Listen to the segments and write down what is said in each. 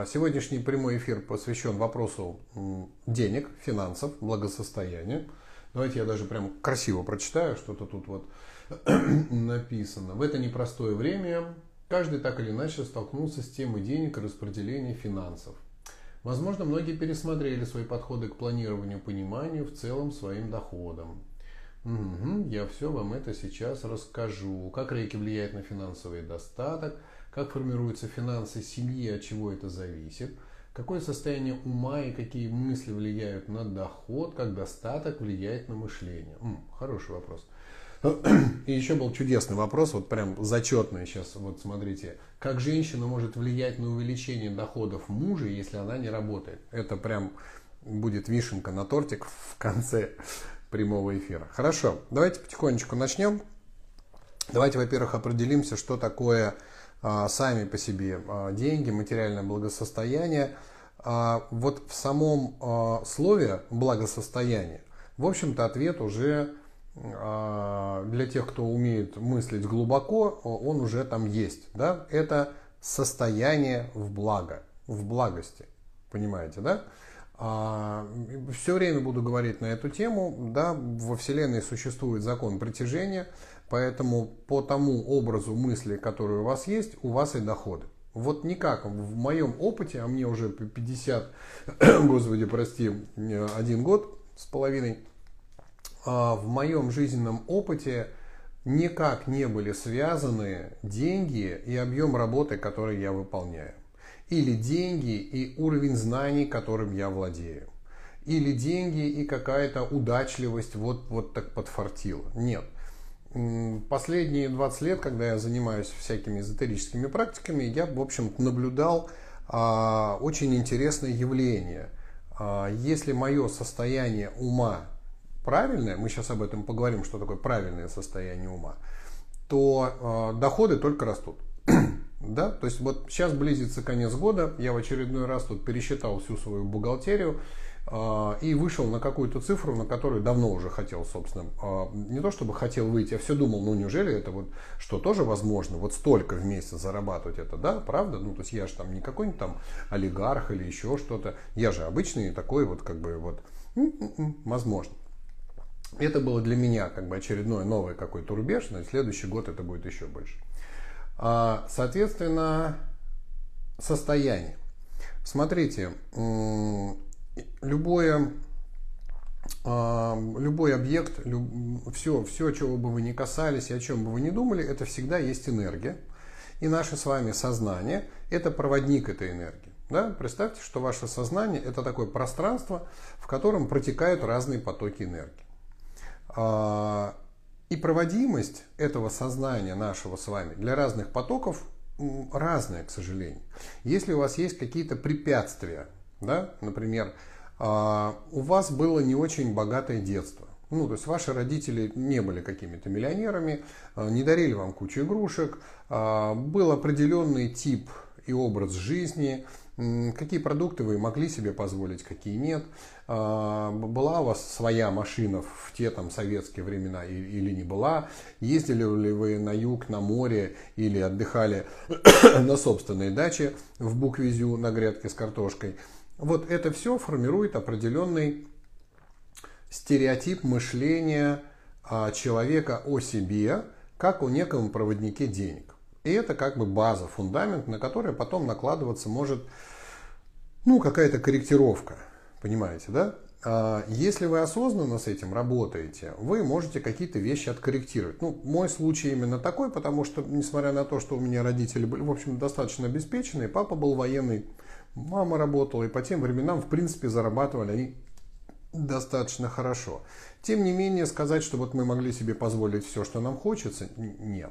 Сегодняшний прямой эфир посвящен вопросу денег, финансов, благосостояния. Давайте я даже прям красиво прочитаю, что-то тут вот написано. В это непростое время каждый так или иначе столкнулся с темой денег и распределения финансов. Возможно, многие пересмотрели свои подходы к планированию, пониманию в целом своим доходам. Я все вам это сейчас расскажу. Как рейки влияет на финансовый достаток, как формируются финансы семьи, от чего это зависит, какое состояние ума и какие мысли влияют на доход, как достаток влияет на мышление. Хороший вопрос. И еще был чудесный вопрос, вот прям зачетный сейчас, вот смотрите. Как женщина может влиять на увеличение доходов мужа, если она не работает? Это прям будет вишенка на тортик в конце прямого эфира. Хорошо, давайте потихонечку начнем. Давайте, во-первых, определимся, что такое сами по себе деньги, материальное благосостояние. Вот в самом слове благосостояние, в общем-то, ответ уже для тех, кто умеет мыслить глубоко, он уже там есть. Да? Это состояние в благо, в благости. Понимаете, да? Все время буду говорить на эту тему. Да? Во Вселенной существует закон притяжения, поэтому по тому образу мысли, который у вас есть, у вас и доходы. Вот никак в моем опыте, а мне уже 50, господи, прости, 1 год с половиной, в моем жизненном опыте никак не были связаны деньги и объем работы, который я выполняю. Или деньги и уровень знаний, которым я владею. Или деньги и какая-то удачливость, вот так подфартило. Нет. Последние 20 лет, когда я занимаюсь всякими эзотерическими практиками, я, в общем, наблюдал очень интересное явление. Если мое состояние ума правильное, мы сейчас об этом поговорим, что такое правильное состояние ума, то доходы только растут. Да? То есть вот сейчас близится конец года, я в очередной раз тут пересчитал всю свою бухгалтерию и вышел на какую-то цифру, на которую давно уже хотел, собственно, не то чтобы хотел выйти, я все думал, ну неужели это вот, что тоже возможно, вот столько в месяц зарабатывать это, да, правда? Ну то есть я же там не какой-нибудь там олигарх или еще что-то, я же обычный такой вот как бы вот, возможно. Это было для меня как бы очередной новый какой-то рубеж, но следующий год это будет еще больше. Соответственно, состояние. Смотрите, любой объект, все, чего бы вы ни касались и о чем бы вы ни думали, это всегда есть энергия. И наше с вами сознание – это проводник этой энергии. Да? Представьте, что ваше сознание – это такое пространство, в котором протекают разные потоки энергии. И проводимость этого сознания нашего с вами для разных потоков разная, к сожалению. Если у вас есть какие-то препятствия, да, например, у вас было не очень богатое детство, ну, то есть ваши родители не были какими-то миллионерами, не дарили вам кучу игрушек, был определенный тип и образ жизни, какие продукты вы могли себе позволить, какие нет. Была у вас своя машина в те там советские времена или не была? Ездили ли вы на юг, на море или отдыхали на собственной даче в Буквизю на грядке с картошкой? Вот это все формирует определенный стереотип мышления человека о себе, как о неком проводнике денег. И это как бы база, фундамент, на который потом накладываться может, ну, какая-то корректировка. Понимаете, да? Если вы осознанно с этим работаете, вы можете какие-то вещи откорректировать. Ну, мой случай именно такой, потому что, несмотря на то, что у меня родители были, в общем, достаточно обеспеченные, папа был военный, мама работала, и по тем временам, в принципе, зарабатывали они достаточно хорошо. Тем не менее, сказать, что вот мы могли себе позволить все, что нам хочется, нет.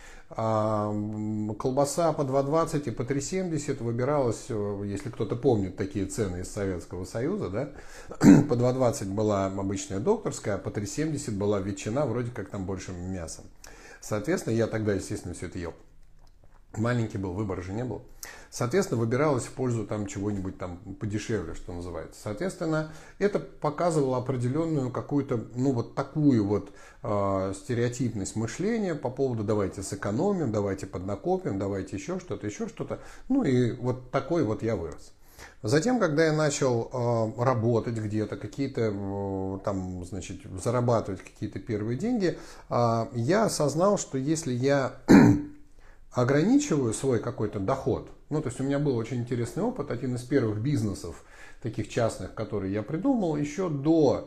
Колбаса по 2,20 и по 3,70 выбиралась, если кто-то помнит такие цены из Советского Союза, да, по 2,20 была обычная докторская, а по 3,70 была ветчина, вроде как там больше мяса. Соответственно, я тогда, естественно, все это ел. Маленький был, выбора же не было. Соответственно, выбиралось в пользу там чего-нибудь там подешевле, что называется. Соответственно, это показывало определенную какую-то, ну вот такую вот стереотипность мышления по поводу давайте сэкономим, давайте поднакопим, давайте еще что-то, еще что-то. Ну и вот такой вот я вырос. Затем, когда я начал работать где-то, какие-то там, значит, зарабатывать какие-то первые деньги, я осознал, что если я ограничиваю свой какой-то доход, ну, то есть у меня был очень интересный опыт, один из первых бизнесов, таких частных, которые я придумал, еще до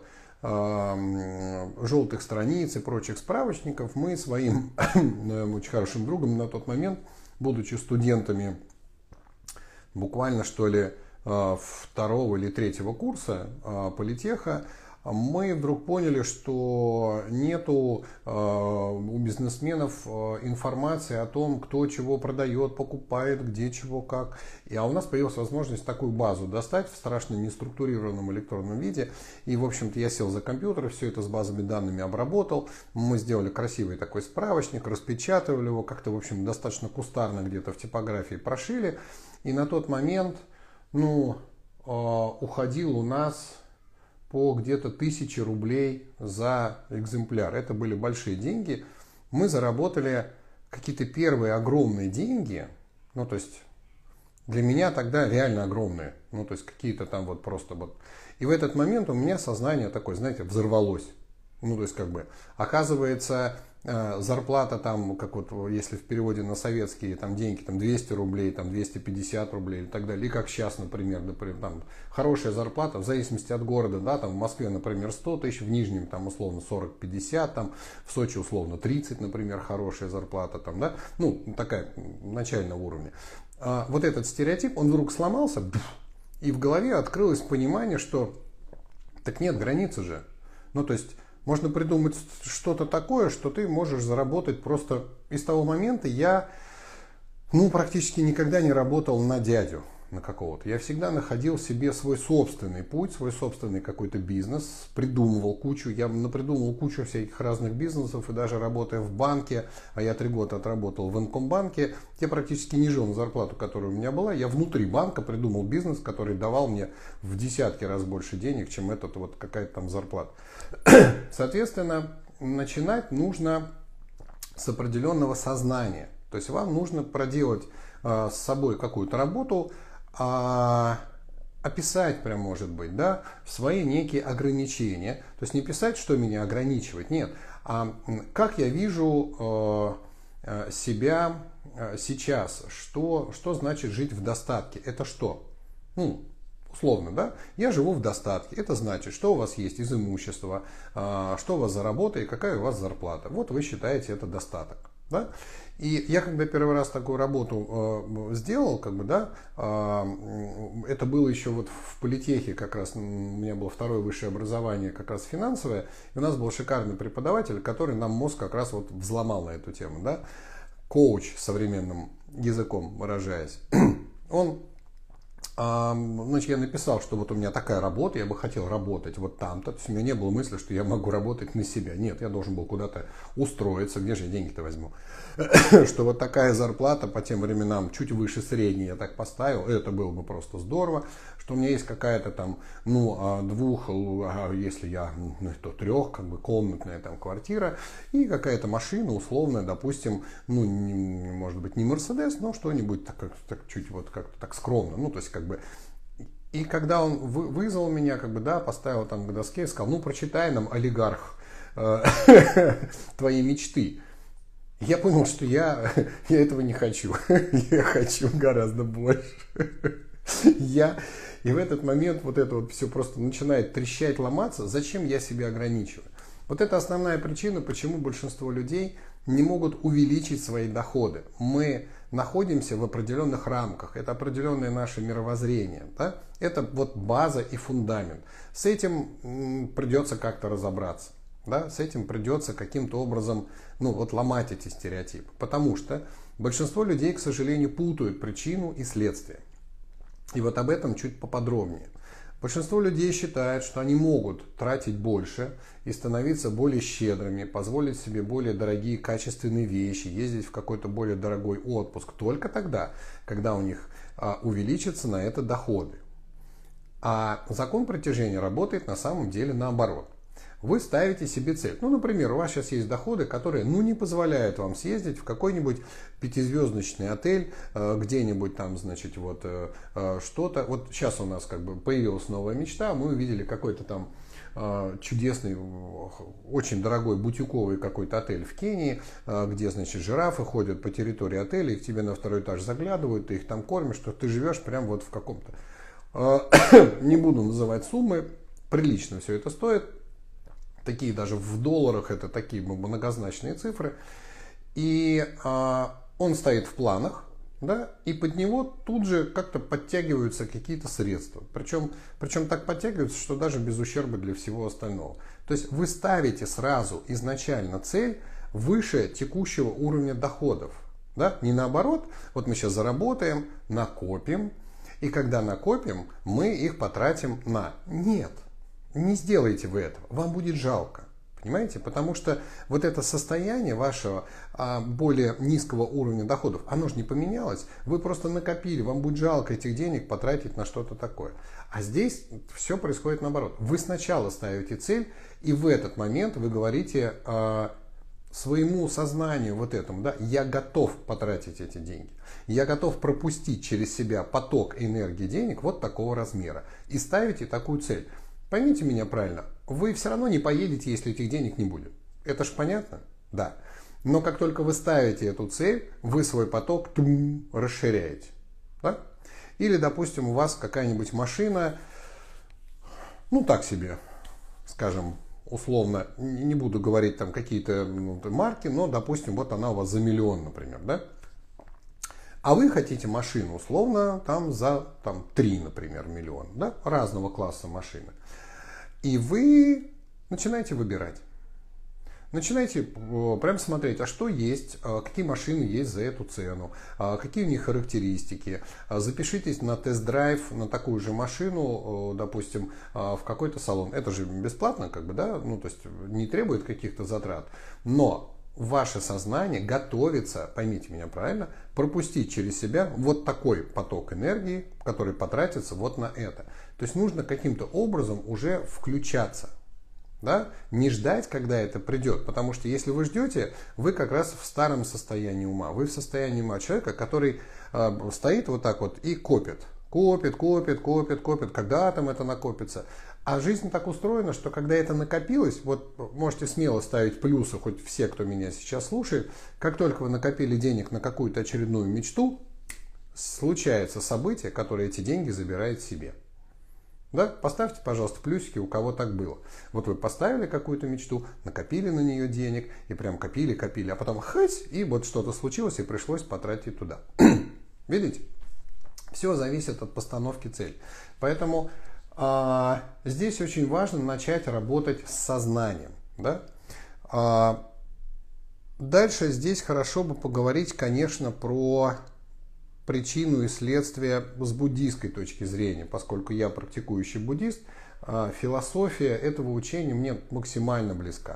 желтых страниц и прочих справочников, мы своим очень хорошим другом на тот момент, будучи студентами буквально что ли второго или третьего курса политеха, мы вдруг поняли, что нету у бизнесменов информации о том, кто чего продает, покупает, где чего, как. А у нас появилась возможность такую базу достать в страшно неструктурированном электронном виде. И, в общем-то, я сел за компьютер, все это с базами данными обработал. Мы сделали красивый такой справочник, распечатывали его, как-то, в общем, достаточно кустарно где-то в типографии прошили. И на тот момент, уходил у нас по где-то 1000 рублей за экземпляр. Это были большие деньги. Мы заработали какие-то первые огромные деньги. Ну, то есть, для меня тогда реально огромные. Ну, то есть, какие-то там вот просто вот. И в этот момент у меня сознание такое, знаете, взорвалось. Ну, то есть, как бы, оказывается, зарплата там, как вот, если в переводе на советские там деньги, там 200 рублей, там 250 рублей и так далее, и как сейчас, например, там хорошая зарплата, в зависимости от города, да, там в Москве, например, 100 тысяч, в Нижнем, там, условно, 40-50, там, в Сочи, условно, 30, например, хорошая зарплата, там, да, ну, такая, начального уровня. Вот этот стереотип, он вдруг сломался, и в голове открылось понимание, что так нет, границы же, ну, то есть, можно придумать что-то такое, что ты можешь заработать просто. И с того момента я практически никогда не работал на дядю, на какого-то. Я всегда находил себе свой собственный путь, свой собственный какой-то бизнес, придумывал кучу. Я напридумывал кучу всяких разных бизнесов, и даже работая в банке, а я 3 года отработал в Инкомбанке, я практически не жил на зарплату, которая у меня была. Я внутри банка придумал бизнес, который давал мне в десятки раз больше денег, чем этот вот какая-то там зарплата. Соответственно, начинать нужно с определенного сознания. То есть вам нужно проделать с собой какую-то работу, описать прям, может быть, да, свои некие ограничения. То есть не писать, что меня ограничивает, нет. А как я вижу себя сейчас, что значит жить в достатке. Это что? Условно, да, я живу в достатке. Это значит, что у вас есть из имущества, что у вас за работа и какая у вас зарплата. Вот вы считаете это достаток. Да? И я когда первый раз такую работу сделал, это было еще вот в политехе, как раз у меня было второе высшее образование, как раз финансовое, и у нас был шикарный преподаватель, который нам мозг как раз вот взломал на эту тему, да? Коуч, современным языком выражаясь. Значит, я написал, что вот у меня такая работа, я бы хотел работать вот там-то. То есть у меня не было мысли, что я могу работать на себя. Нет, я должен был куда-то устроиться. Где же я деньги-то возьму? Что вот такая зарплата по тем временам чуть выше средней я так поставил. Это было бы просто здорово. Что у меня есть какая-то там, если я, то 3 комнатная там квартира. И какая-то машина условная, допустим, может быть не Мерседес, но что-нибудь так чуть вот как-то так скромно. Ну, то есть И когда он вызвал меня, поставил там к доске и сказал, прочитай нам, олигарх, твои мечты. Я понял, что я этого не хочу. Я хочу гораздо больше. И в этот момент вот это вот все просто начинает трещать, ломаться. Зачем я себя ограничиваю? Вот это основная причина, почему большинство людей не могут увеличить свои доходы. Мы находимся в определенных рамках. Это определенное наше мировоззрение. Да? Это вот база и фундамент. С этим придется как-то разобраться. Да? С этим придется каким-то образом ломать эти стереотипы. Потому что большинство людей, к сожалению, путают причину и следствие. И вот об этом чуть поподробнее. Большинство людей считает, что они могут тратить больше и становиться более щедрыми, позволить себе более дорогие качественные вещи, ездить в какой-то более дорогой отпуск только тогда, когда у них увеличатся на это доходы. А закон притяжения работает на самом деле наоборот. Вы ставите себе цель. Ну, например, у вас сейчас есть доходы, которые не позволяют вам съездить в какой-нибудь пятизвездочный отель, где-нибудь там, значит, вот что-то. Вот сейчас у нас как бы появилась новая мечта, мы увидели какой-то там чудесный, очень дорогой бутиковый какой-то отель в Кении, где, значит, жирафы ходят по территории отеля, и к тебе на второй этаж заглядывают, ты их там кормишь, что ты живешь прям вот в каком-то... Не буду называть суммы, прилично все это стоит. Такие даже в долларах, это такие многозначные цифры. И он стоит в планах, да, и под него тут же как-то подтягиваются какие-то средства. Причем так подтягиваются, что даже без ущерба для всего остального. То есть вы ставите сразу изначально цель выше текущего уровня доходов. Да? Не наоборот, вот мы сейчас заработаем, накопим, и когда накопим, мы их потратим на... Нет. Не сделайте вы этого, вам будет жалко, понимаете? Потому что вот это состояние вашего более низкого уровня доходов, оно же не поменялось, вы просто накопили, вам будет жалко этих денег потратить на что-то такое. А здесь все происходит наоборот. Вы сначала ставите цель, и в этот момент вы говорите своему сознанию вот этому, да, я готов потратить эти деньги. Я готов пропустить через себя поток энергии денег вот такого размера. И ставите такую цель. Поймите меня правильно, вы все равно не поедете, если этих денег не будет. Это ж понятно? Да. Но как только вы ставите эту цель, вы свой поток расширяете. Да? Или, допустим, у вас какая-нибудь машина, ну так себе, скажем, условно, не буду говорить там какие-то марки, но, допустим, вот она у вас за 1 миллион, например, да? А вы хотите машину, условно, там за 3, например, миллиона, да? Разного класса машины. И вы начинаете выбирать. Начинайте прям смотреть, а что есть, какие машины есть за эту цену, какие у них характеристики. Запишитесь на тест-драйв на такую же машину, допустим, в какой-то салон. Это же бесплатно, как бы, да, ну, то есть не требует каких-то затрат. Но ваше сознание готовится, поймите меня правильно, пропустить через себя вот такой поток энергии, который потратится вот на это. То есть нужно каким-то образом уже включаться. Да? Не ждать, когда это придет. Потому что если вы ждете, вы как раз в старом состоянии ума. Вы в состоянии ума человека, который стоит вот так вот и копит. Копит. Когда там это накопится? А жизнь так устроена, что когда это накопилось, вот можете смело ставить плюсы, хоть все, кто меня сейчас слушает, как только вы накопили денег на какую-то очередную мечту, случается событие, которое эти деньги забирает себе. Да? Поставьте, пожалуйста, плюсики, у кого так было. Вот вы поставили какую-то мечту, накопили на нее денег, и прям копили, а потом хась, и вот что-то случилось, и пришлось потратить туда. Видите? Все зависит от постановки цели. Поэтому здесь очень важно начать работать с сознанием. Да? Дальше здесь хорошо бы поговорить, конечно, про причину и следствие с буддийской точки зрения, поскольку я практикующий буддист, философия этого учения мне максимально близка.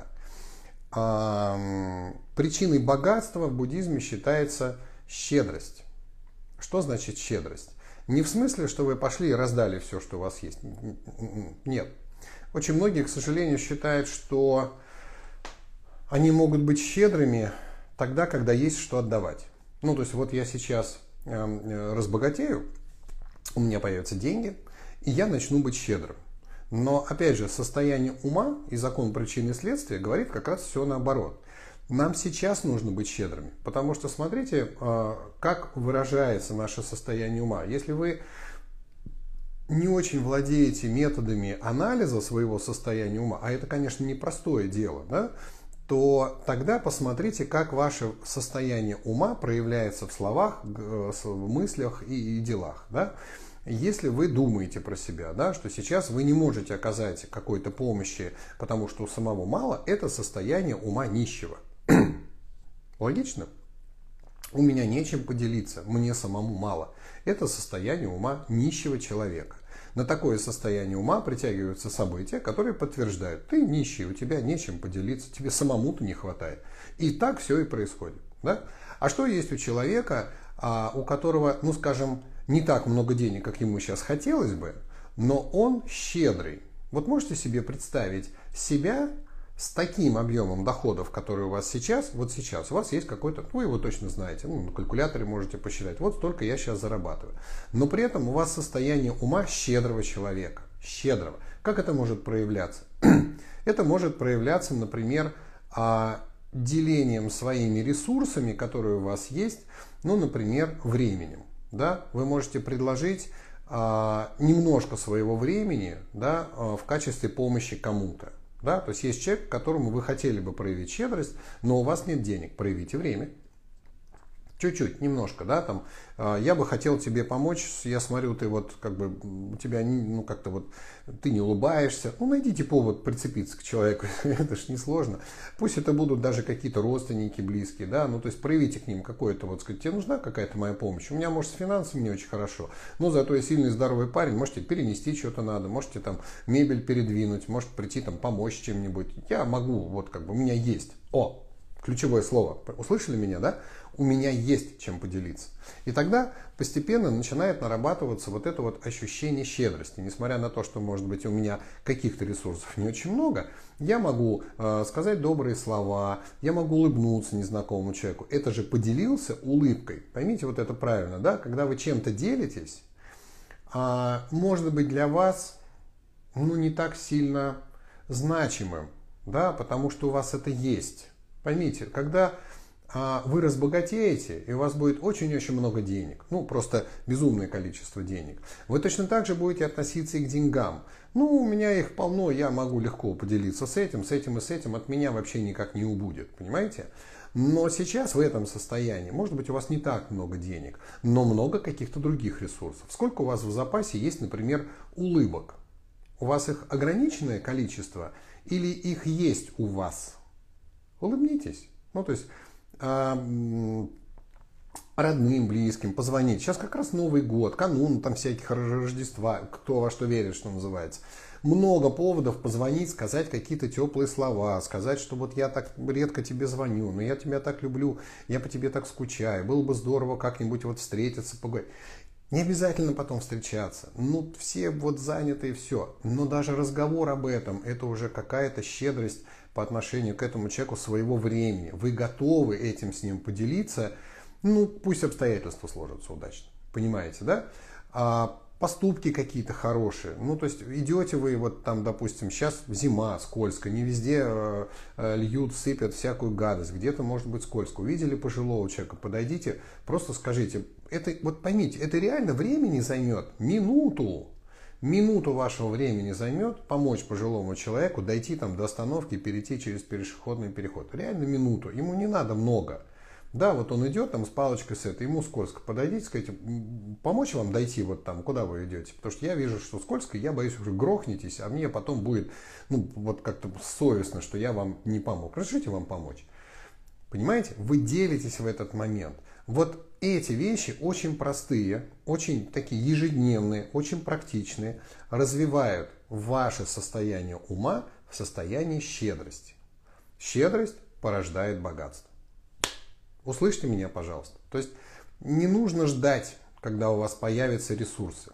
Причиной богатства в буддизме считается щедрость. Что значит щедрость? Не в смысле, что вы пошли и раздали все, что у вас есть. Нет. Очень многие, к сожалению, считают, что они могут быть щедрыми тогда, когда есть что отдавать. Ну, то есть вот я сейчас разбогатею, у меня появятся деньги, и я начну быть щедрым. Но, опять же, состояние ума и закон причины и следствия говорит как раз все наоборот. Нам сейчас нужно быть щедрыми, потому что смотрите, как выражается наше состояние ума. Если вы не очень владеете методами анализа своего состояния ума, а это, конечно, непростое дело, да, то тогда посмотрите, как ваше состояние ума проявляется в словах, в мыслях и делах. Да? Если вы думаете про себя, да, что сейчас вы не можете оказать какой-то помощи, потому что у самого мало, это состояние ума нищего. Логично? У меня нечем поделиться, мне самому мало. Это состояние ума нищего человека. На такое состояние ума притягиваются события, которые подтверждают: ты нищий, у тебя нечем поделиться, тебе самому-то не хватает. И так все и происходит. Да? А что есть у человека, у которого, ну скажем, не так много денег, как ему сейчас хотелось бы, но он щедрый? Вот можете себе представить себя с таким объемом доходов, который у вас сейчас, вот сейчас у вас есть какой-то, вы его точно знаете, ну, на калькуляторе можете посчитать, вот столько я сейчас зарабатываю. Но при этом у вас состояние ума щедрого человека. Щедрого. Как это может проявляться? Это может проявляться, например, делением своими ресурсами, которые у вас есть, ну, например, временем. Да? Вы можете предложить немножко своего времени, да, в качестве помощи кому-то. Да? То есть есть человек, которому вы хотели бы проявить щедрость, но у вас нет денег. Проявите время. Чуть-чуть, немножко, да, там, я бы хотел тебе помочь, я смотрю, ты вот, как бы, у тебя, ну, как-то вот, ты не улыбаешься, ну, найдите повод прицепиться к человеку, это ж несложно. Пусть это будут даже какие-то родственники близкие, да, ну, то есть проявите к ним какое-то, вот, сказать, тебе нужна какая-то моя помощь, у меня, может, с финансами не очень хорошо, но зато я сильный, здоровый парень, можете перенести что-то надо, можете там мебель передвинуть, может прийти там помочь чем-нибудь, я могу, вот, как бы, у меня есть, ключевое слово, услышали меня, да? У меня есть чем поделиться. И тогда постепенно начинает нарабатываться вот это вот ощущение щедрости. Несмотря на то, что, может быть, у меня каких-то ресурсов не очень много, я могу сказать добрые слова, я могу улыбнуться незнакомому человеку. Это же поделился улыбкой. Поймите вот это правильно, да? Когда вы чем-то делитесь, может быть для вас, ну, не так сильно значимым, да? Потому что у вас это есть. Поймите, когда вы разбогатеете, и у вас будет очень-очень много денег, ну просто безумное количество денег, вы точно так же будете относиться и к деньгам. Ну, у меня их полно, я могу легко поделиться с этим и с этим, от меня вообще никак не убудет, понимаете? Но сейчас в этом состоянии, может быть, у вас не так много денег, но много каких-то других ресурсов. Сколько у вас в запасе есть, например, улыбок? У вас их ограниченное количество или их есть у вас? Улыбнитесь. Ну, то есть родным, близким позвонить. Сейчас как раз Новый год, канун там всяких Рождества, кто во что верит, что называется. Много поводов позвонить, сказать какие-то теплые слова, сказать, что вот я так редко тебе звоню, но я тебя так люблю, я по тебе так скучаю, было бы здорово как-нибудь вот встретиться, поговорить. Не обязательно потом встречаться. Ну, все вот заняты и все. Но даже разговор об этом, это уже какая-то щедрость по отношению к этому человеку своего времени. Вы готовы этим с ним поделиться, ну, пусть обстоятельства сложатся удачно. Понимаете, да? Поступки какие-то хорошие. Ну, то есть идете вы, вот там, допустим, сейчас зима, скользко, не везде льют, сыпят всякую гадость, где-то может быть скользко. Увидели пожилого человека, подойдите, просто скажите, это, вот поймите, это реально времени займет минуту. Минуту вашего времени займет помочь пожилому человеку дойти там до остановки и перейти через пешеходный переход. Реально минуту. Ему не надо много. Да, вот он идет там с палочкой с этой, ему скользко. Подойдите, скажите, помочь вам дойти вот там, куда вы идете? Потому что я вижу, что скользко, я боюсь, уже грохнетесь, а мне потом будет, ну, вот как-то совестно, что я вам не помог. Разрешите вам помочь? Понимаете? Вы делитесь в этот момент. Вот эти вещи очень простые, очень такие ежедневные, очень практичные, развивают ваше состояние ума в состоянии щедрости. Щедрость порождает богатство. Услышьте меня, пожалуйста. То есть не нужно ждать, когда у вас появятся ресурсы.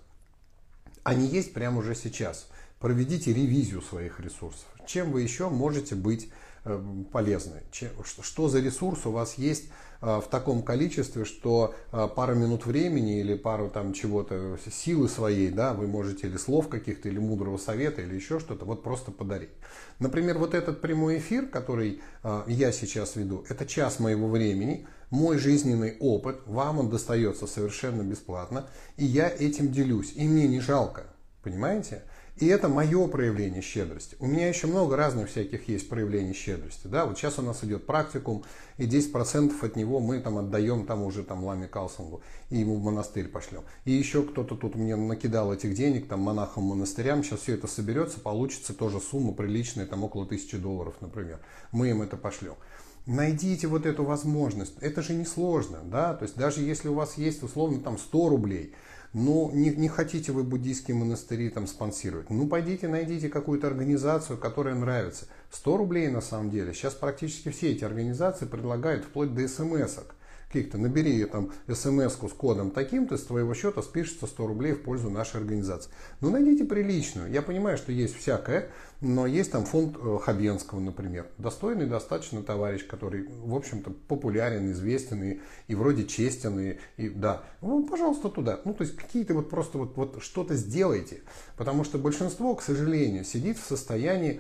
Они есть прямо уже сейчас. Проведите ревизию своих ресурсов. Чем вы еще можете быть полезны? Что за ресурс у вас есть в таком количестве, что пару минут времени или пару там чего-то, силы своей, да, вы можете или слов каких-то, или мудрого совета, или еще что-то, вот просто подарить. Например, вот этот прямой эфир, который я сейчас веду, это час моего времени, мой жизненный опыт, вам он достается совершенно бесплатно, и я этим делюсь, и мне не жалко, понимаете? И это мое проявление щедрости. У меня еще много разных всяких есть проявлений щедрости. Да? Вот сейчас у нас идет практикум, и 10% от него мы там отдаем тому же там Ламе Калсунгу, и ему в монастырь пошлем. И еще кто-то тут мне накидал этих денег, там, монахам, монастырям. Сейчас все это соберется, получится тоже сумма приличная, там около $1000, например. Мы им это пошлем. Найдите вот эту возможность. Это же не сложно, да? То есть даже если у вас есть условно там 100 рублей, Ну, не хотите вы буддийские монастыри там спонсировать? Ну, пойдите, найдите какую-то организацию, которая нравится. 100 рублей на самом деле. Сейчас практически все эти организации предлагают вплоть до смс-ок. Каких-то набери там смс-ку с кодом таким-то, с твоего счета спишется 100 рублей в пользу нашей организации. Ну, найдите приличную. Я понимаю, что есть всякое, но есть там фонд Хабенского, например. Достойный достаточно товарищ, который, в общем-то, популярен, известен и вроде честен. И да, ну, пожалуйста, туда. Ну, то есть какие-то вот просто вот что-то сделайте. Потому что большинство, к сожалению, сидит в состоянии: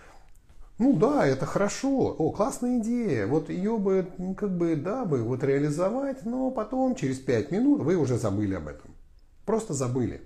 ну да, это хорошо, классная идея, вот ее бы, вот реализовать, но потом, через 5 минут, вы уже забыли об этом. Просто забыли.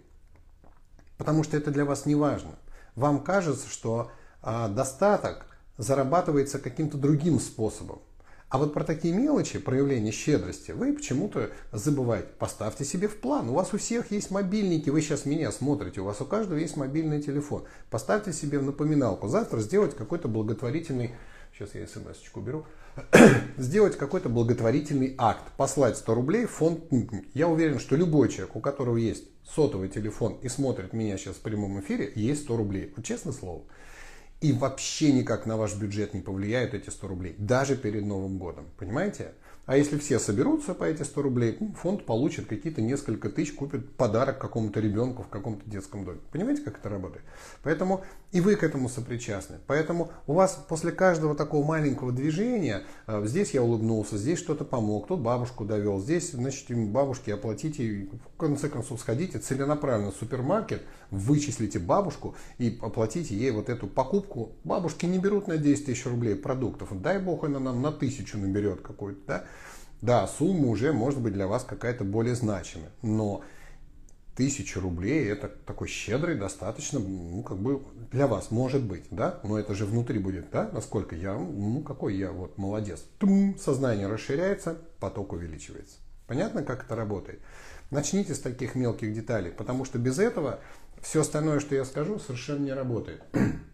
Потому что это для вас не важно. Вам кажется, что достаток зарабатывается каким-то другим способом. А вот про такие мелочи, проявления щедрости, вы почему-то забываете. Поставьте себе в план. У вас у всех есть мобильники. Вы сейчас меня смотрите. У вас у каждого есть мобильный телефон. Поставьте себе в напоминалку. Завтра сделать какой-то благотворительный... Сейчас я смс-очку беру. Сделать какой-то благотворительный акт. Послать 100 рублей в фонд. Я уверен, что любой человек, у которого есть сотовый телефон и смотрит меня сейчас в прямом эфире, есть 100 рублей. Вот честное слово. И вообще никак на ваш бюджет не повлияют эти 100 рублей. Даже перед Новым годом. Понимаете? А если все соберутся по эти 100 рублей, фонд получит какие-то несколько тысяч, купит подарок какому-то ребенку в каком-то детском доме. Понимаете, как это работает? Поэтому и вы к этому сопричастны. Поэтому у вас после каждого такого маленького движения, здесь я улыбнулся, здесь что-то помог, тут бабушку довел, здесь, значит, бабушке оплатите, в конце концов сходите целенаправленно в супермаркет, вычислите бабушку и оплатите ей вот эту покупку. Бабушки не берут на 10 тысяч рублей продуктов. Дай бог, она нам на 1000 наберет какую-то, да? Да, сумма уже может быть для вас какая-то более значимая. Но 1000 рублей это такой щедрый, достаточно, ну, как бы для вас может быть, да? Но это же внутри будет, да? Насколько я, какой я, вот, молодец. Сознание расширяется, поток увеличивается. Понятно, как это работает? Начните с таких мелких деталей, потому что без этого все остальное, что я скажу, совершенно не работает.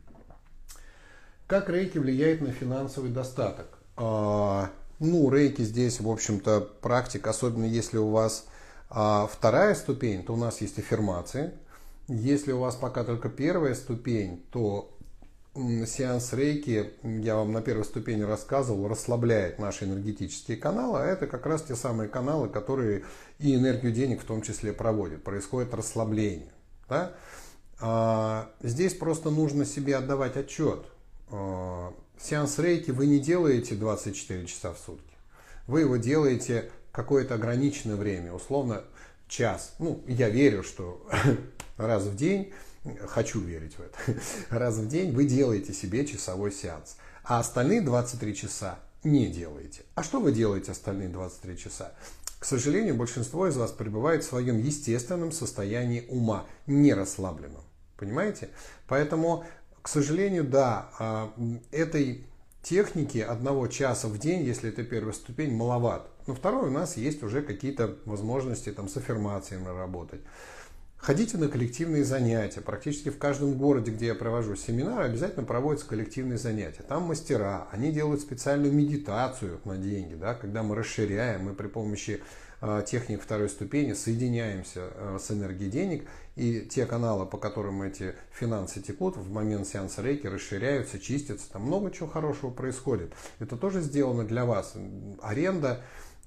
Как рейки влияет на финансовый достаток? Ну, рейки здесь, в общем-то, практика, особенно если у вас вторая ступень, то у нас есть аффирмации. Если у вас пока только первая ступень, то сеанс рейки, я вам на первой ступени рассказывал, расслабляет наши энергетические каналы, а это как раз те самые каналы, которые и энергию денег в том числе проводят. Происходит расслабление. Да? Здесь просто нужно себе отдавать отчет. Сеанс рейки вы не делаете 24 часа в сутки. Вы его делаете какое-то ограниченное время, условно час. Ну, я верю, что раз в день, хочу верить в это, раз в день вы делаете себе часовой сеанс. А остальные 23 часа не делаете. А что вы делаете остальные 23 часа? К сожалению, большинство из вас пребывает в своем естественном состоянии ума, не расслабленном. Понимаете? Поэтому, к сожалению, да, этой техники 1 часа в день, если это первая ступень, маловато. Но второй, у нас есть уже какие-то возможности там, с аффирмациями работать. Ходите на коллективные занятия. Практически в каждом городе, где я провожу семинары, обязательно проводятся коллективные занятия. Там мастера, они делают специальную медитацию на деньги, да, когда мы расширяем, мы при помощи техник второй ступени соединяемся с энергией денег, и те каналы, по которым эти финансы текут, в момент сеанса рейки расширяются, чистятся, там много чего хорошего происходит. Это тоже сделано для вас. Аренда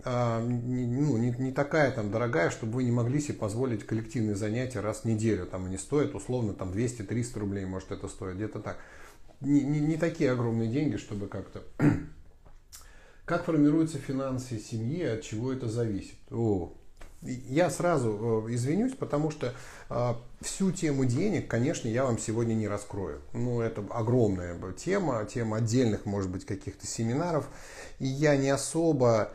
не такая там дорогая, чтобы вы не могли себе позволить коллективные занятия раз в неделю. Там они стоят условно там 200-300 рублей, может это стоит, где-то так. Не такие огромные деньги, чтобы как-то... Как формируются финансы семьи, от чего это зависит? Я сразу извинюсь, потому что всю тему денег, конечно, я вам сегодня не раскрою. Ну, это огромная тема отдельных, может быть, каких-то семинаров. И я не особо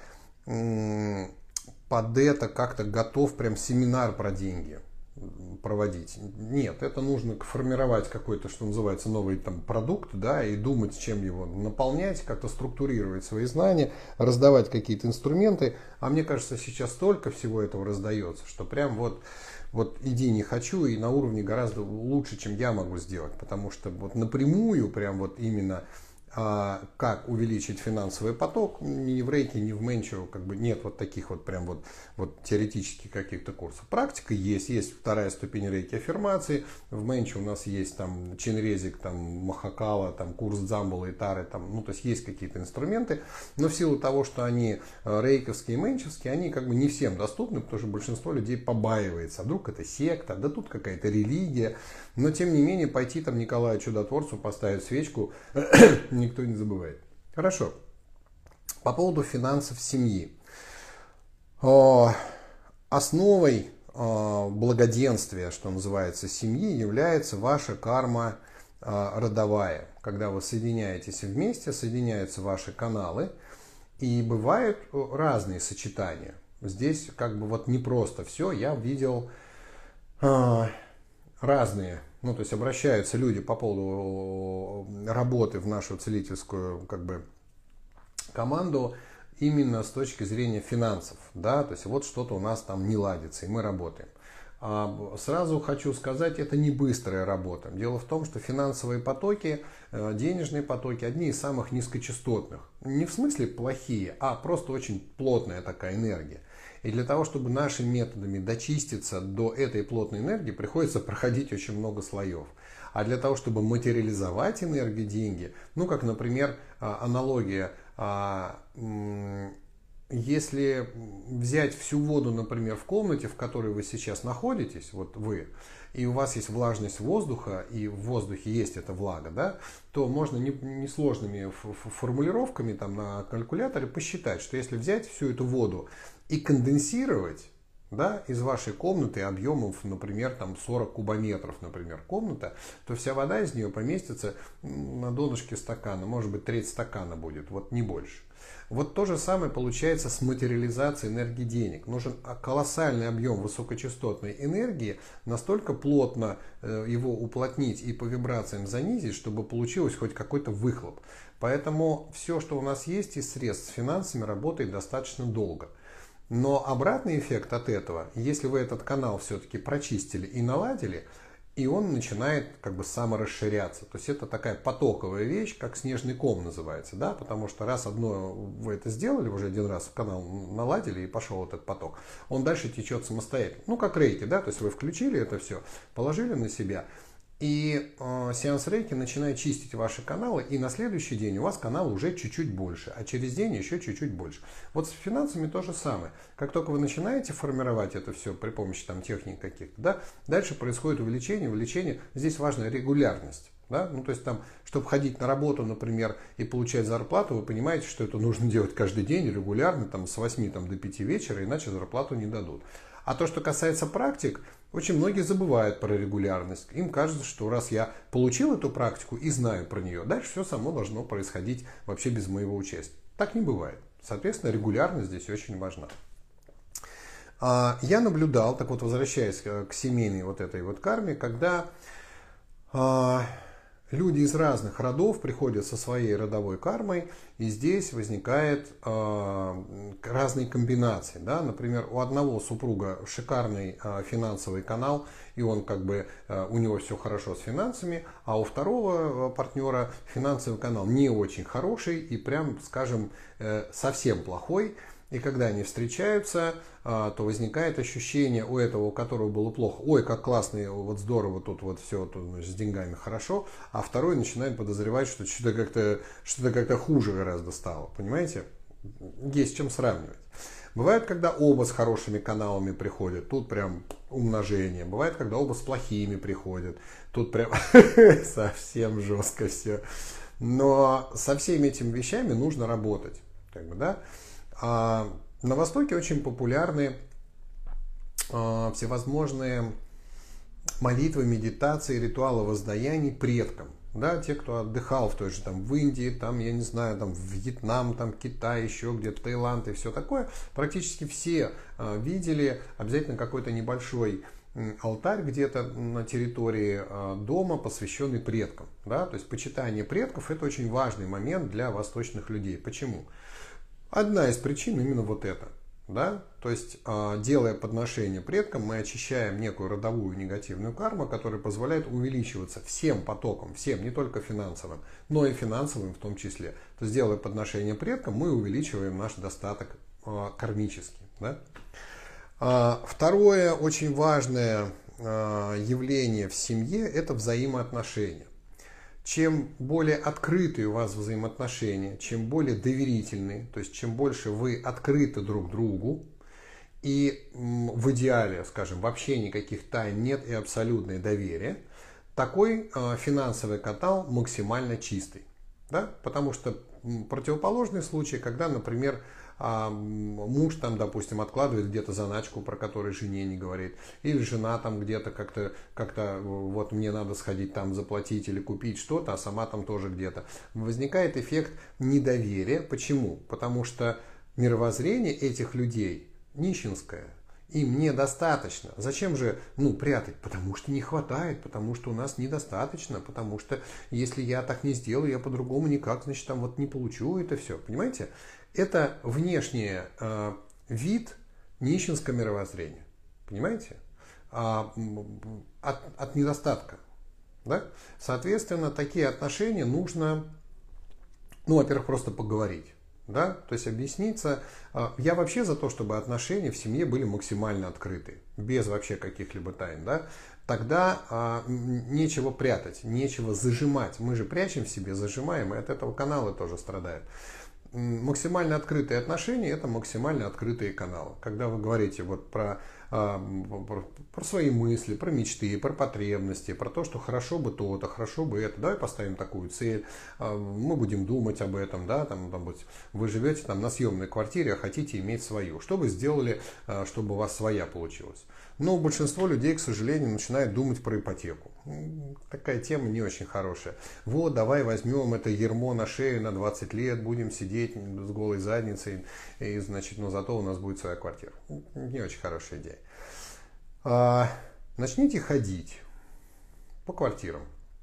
под это как-то готов прям семинар про деньги проводить. Нет, это нужно формировать какой-то, что называется, новый там продукт, да, и думать, чем его наполнять, как-то структурировать свои знания, раздавать какие-то инструменты. А мне кажется, сейчас столько всего этого раздается, что прям вот иди не хочу, и на уровне гораздо лучше, чем я могу сделать. Потому что вот напрямую, прям вот именно как увеличить финансовый поток, ни в рейке, ни в менчу как бы нет вот таких вот прям вот теоретических каких-то курсов. Практика есть вторая ступень рейки аффирмации, в менчу у нас есть там чинрезик, там махакала, там курс дзамбала и тары, там, ну то есть есть какие-то инструменты, но в силу того, что они рейковские и менчевские, они как бы не всем доступны, потому что большинство людей побаивается, а вдруг это секта, да тут какая-то религия, но тем не менее пойти там Николаю Чудотворцу поставить свечку никто не забывает. Хорошо. По поводу финансов семьи. Основой благоденствия, что называется, семьи является ваша карма родовая. Когда вы соединяетесь вместе, соединяются ваши каналы, и бывают разные сочетания. Здесь как бы вот не просто все. Я видел разные, ну то есть обращаются люди по поводу работы в нашу целительскую как бы команду именно с точки зрения финансов, да, то есть вот что-то у нас там не ладится и мы работаем. Сразу хочу сказать, это не быстрая работа. Дело в том, что финансовые потоки, денежные потоки одни из самых низкочастотных. Не в смысле плохие, а просто очень плотная такая энергия. И для того, чтобы нашими методами дочиститься до этой плотной энергии, приходится проходить очень много слоев. А для того, чтобы материализовать энергию, деньги, ну, как, например, аналогия, если взять всю воду, например, в комнате, в которой вы сейчас находитесь, вот вы, и у вас есть влажность воздуха, и в воздухе есть эта влага, да, то можно несложными формулировками там, на калькуляторе посчитать, что если взять всю эту воду и конденсировать, да, из вашей комнаты объемов, например, там 40 кубометров, например, комната, то вся вода из нее поместится на донышке стакана, может быть, треть стакана будет, вот не больше. Вот то же самое получается с материализацией энергии денег. Нужен колоссальный объем высокочастотной энергии, настолько плотно его уплотнить и по вибрациям занизить, чтобы получилось хоть какой-то выхлоп. Поэтому все, что у нас есть из средств с финансами, работает достаточно долго. Но обратный эффект от этого, если вы этот канал все-таки прочистили и наладили, и он начинает как бы саморасширяться. То есть это такая потоковая вещь, как снежный ком называется, да, потому что раз одно вы это сделали, уже один раз канал наладили и пошел этот поток, он дальше течет самостоятельно. Ну, как рейки, да, то есть вы включили это все, положили на себя, и сеанс рейки начинает чистить ваши каналы, и на следующий день у вас канал уже чуть-чуть больше, а через день еще чуть-чуть больше. Вот с финансами то же самое. Как только вы начинаете формировать это все при помощи там, техник каких-то, да, дальше происходит увеличение. Здесь важна регулярность. Да? Ну, то есть, там, чтобы ходить на работу, например, и получать зарплату, вы понимаете, что это нужно делать каждый день регулярно, там, с 8 там, до 5 вечера, иначе зарплату не дадут. А то, что касается практик, очень многие забывают про регулярность. Им кажется, что раз я получил эту практику и знаю про нее, дальше все само должно происходить вообще без моего участия. Так не бывает. Соответственно, регулярность здесь очень важна. Я наблюдал, так вот возвращаясь к семейной вот этой вот карме, когда люди из разных родов приходят со своей родовой кармой, и здесь возникают разные комбинации. Да? Например, у одного супруга шикарный финансовый канал, и он как бы, у него все хорошо с финансами, а у второго партнера финансовый канал не очень хороший и прям, скажем, совсем плохой. И когда они встречаются, то возникает ощущение у этого, у которого было плохо, ой, как классно, вот здорово, тут вот все тут, с деньгами хорошо, а второй начинает подозревать, что что-то как-то хуже гораздо стало, понимаете? Есть с чем сравнивать. Бывает, когда оба с хорошими каналами приходят, тут прям умножение. Бывает, когда оба с плохими приходят, тут прям совсем жестко все. Но со всеми этими вещами нужно работать, как бы, да? На Востоке очень популярны всевозможные молитвы, медитации, ритуалы воздаяний предкам. Да, те, кто отдыхал в той же там, в Индии, там, я не знаю, там, в Вьетнам, там, Китай, еще где-то, Таиланд и все такое, практически все видели обязательно какой-то небольшой алтарь где-то на территории дома, посвященный предкам. Да? То есть почитание предков – это очень важный момент для восточных людей. Почему? Одна из причин именно вот это. Да? То есть, делая подношение предкам, мы очищаем некую родовую негативную карму, которая позволяет увеличиваться всем потоком, всем, не только финансовым, но и финансовым в том числе. То есть, делая подношение предкам, мы увеличиваем наш достаток кармический. Да? Второе очень важное явление в семье – это взаимоотношения. Чем более открытые у вас взаимоотношения, чем более доверительные, то есть чем больше вы открыты друг другу, и в идеале, скажем, вообще никаких тайн нет и абсолютное доверие, такой финансовый канал максимально чистый. Да? Потому что противоположный случай, когда, например, муж там, допустим, откладывает где-то заначку, про которую жене не говорит, или жена там где-то как-то вот мне надо сходить там заплатить или купить что-то, а сама там тоже где-то. Возникает эффект недоверия. Почему? Потому что мировоззрение этих людей нищенское. Им недостаточно. Зачем же прятать? Потому что не хватает, потому что у нас недостаточно, потому что если я так не сделаю, я по-другому никак, значит, там вот не получу это все. Понимаете? Это внешний вид нищенского мировоззрения. Понимаете? От недостатка. Да? Соответственно, такие отношения нужно, во-первых, просто поговорить. Да? То есть объясниться. Я вообще за то, чтобы отношения в семье были максимально открыты, без вообще каких-либо тайн. Да? Тогда нечего прятать, нечего зажимать. Мы же прячем в себе, зажимаем, и от этого каналы тоже страдают. Максимально открытые отношения – это максимально открытые каналы. Когда вы говорите вот про свои мысли, про мечты, про потребности, про то, что хорошо бы то-то, хорошо бы это, давай поставим такую цель, мы будем думать об этом, да, вы живете там на съемной квартире, а хотите иметь свою. Что вы сделали, чтобы у вас своя получилась? Но большинство людей, к сожалению, начинает думать про ипотеку. Такая тема не очень хорошая. Вот, давай возьмем это ярмо на шею на 20 лет, будем сидеть с голой задницей, и, значит, зато у нас будет своя квартира. Не очень хорошая идея. Начните ходить по квартирам,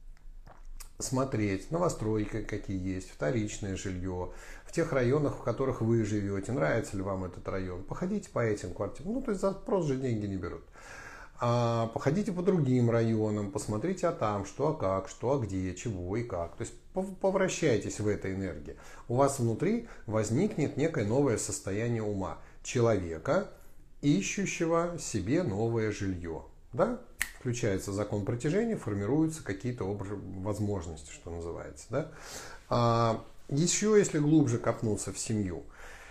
смотреть новостройки, какие есть, вторичное жилье, в тех районах, в которых вы живете, нравится ли вам этот район. Походите по этим квартирам. То есть за просто же деньги не берут. Походите по другим районам, посмотрите, там, что, как, что, где, чего и как. То есть повращайтесь в этой энергии. У вас внутри возникнет некое новое состояние ума человека, ищущего себе новое жилье. Да? Включается закон притяжения, формируются какие-то возможности, что называется. Да? Еще, если глубже копнуться в семью,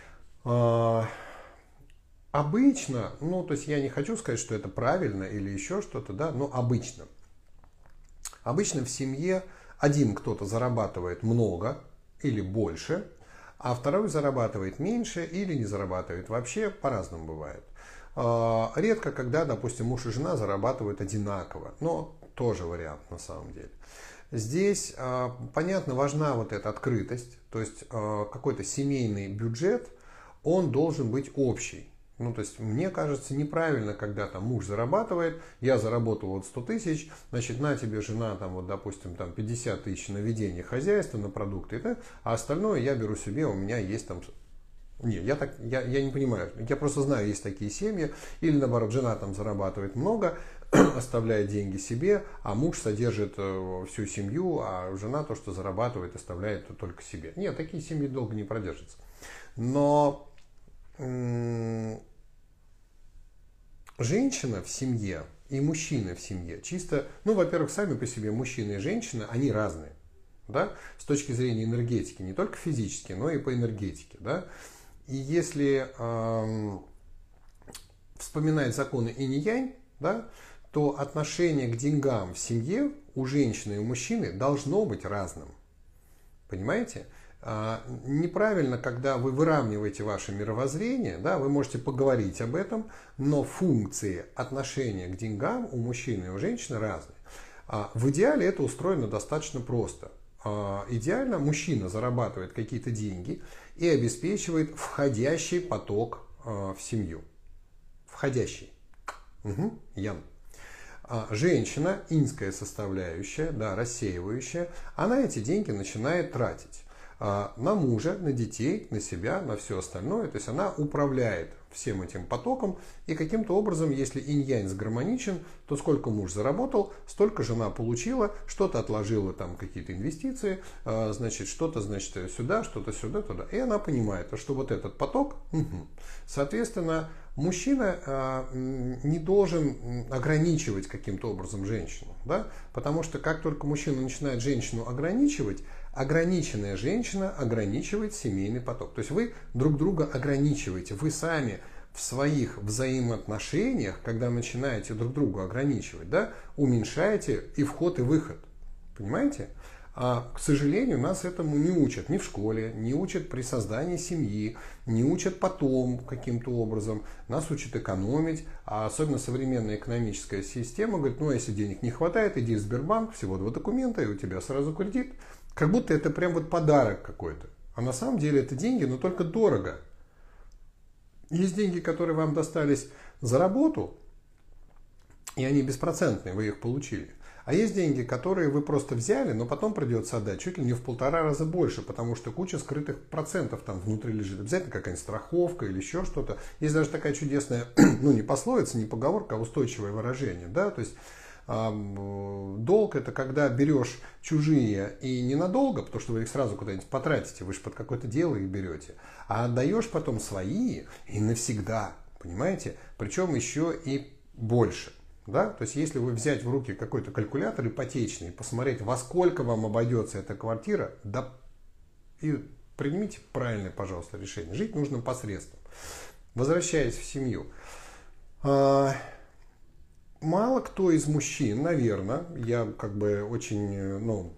обычно, то есть я не хочу сказать, что это правильно или еще что-то, да, но обычно в семье один кто-то зарабатывает много или больше, а второй зарабатывает меньше или не зарабатывает. Вообще по-разному бывает. Редко, когда, допустим, муж и жена зарабатывают одинаково, но тоже вариант на самом деле. Здесь, понятно, важна вот эта открытость, то есть какой-то семейный бюджет, он должен быть общий. То есть, мне кажется, неправильно, когда там муж зарабатывает, я заработал вот 100 тысяч, значит, на тебе жена, допустим, 50 тысяч на ведение хозяйства, на продукты, да, а остальное я беру себе, у меня есть там... Не, я не понимаю, я просто знаю, есть такие семьи, или наоборот, жена там зарабатывает много, оставляет деньги себе, а муж содержит всю семью, а жена то, что зарабатывает, оставляет только себе. Нет, такие семьи долго не продержатся. Но женщина в семье и мужчина в семье чисто, во-первых, сами по себе мужчина и женщина, они разные. Да? С точки зрения энергетики, не только физически, но и по энергетике. Да? И если вспоминать законы инь-янь, да, то отношение к деньгам в семье у женщины и у мужчины должно быть разным. Понимаете? Неправильно, когда вы выравниваете ваше мировоззрение, да, вы можете поговорить об этом, но функции отношения к деньгам у мужчины и у женщины разные. В идеале это устроено достаточно просто. Идеально мужчина зарабатывает какие-то деньги и обеспечивает входящий поток в семью. Входящий. Ян. Женщина, иньская составляющая, да, рассеивающая, она эти деньги начинает тратить. на мужа, на детей, на себя, на все остальное. То есть она управляет всем этим потоком, и каким-то образом, если инь-янь сгармоничен, то сколько муж заработал, столько жена получила, что-то отложила, там какие-то инвестиции, значит, что-то, значит, сюда, что-то сюда, туда. И она понимает, что вот этот поток, соответственно, мужчина не должен ограничивать каким-то образом женщину, да? Потому что как только мужчина начинает женщину ограничивать, ограниченная женщина ограничивает семейный поток. То есть вы друг друга ограничиваете, вы сами в своих взаимоотношениях, когда начинаете друг друга ограничивать, да, уменьшаете и вход, и выход. Понимаете? А, к сожалению, нас этому не учат ни в школе, не учат при создании семьи, не учат потом каким-то образом. Нас учат экономить, а особенно современная экономическая система говорит, ну, если денег не хватает, иди в Сбербанк, всего 2 документа, и у тебя сразу кредит. Как будто это прям вот подарок какой-то. А на самом деле это деньги, но только дорого. Есть деньги, которые вам достались за работу, и они беспроцентные, вы их получили. А есть деньги, которые вы просто взяли, но потом придется отдать чуть ли не в 1,5 раза больше, потому что куча скрытых процентов там внутри лежит. Обязательно какая-нибудь страховка или еще что-то. Есть даже такая чудесная, ну не пословица, не поговорка, а устойчивое выражение. Да? То есть долг — это когда берешь чужие и ненадолго, потому что вы их сразу куда-нибудь потратите, вы же под какое-то дело их берете, а отдаешь потом свои и навсегда, понимаете? Причем еще и больше. Да? То есть, если вы взять в руки какой-то калькулятор ипотечный и посмотреть, во сколько вам обойдется эта квартира, да, и примите правильное, пожалуйста, решение. Жить нужно посредством. Возвращаясь в семью. Мало кто из мужчин, наверное, я как бы очень, ну,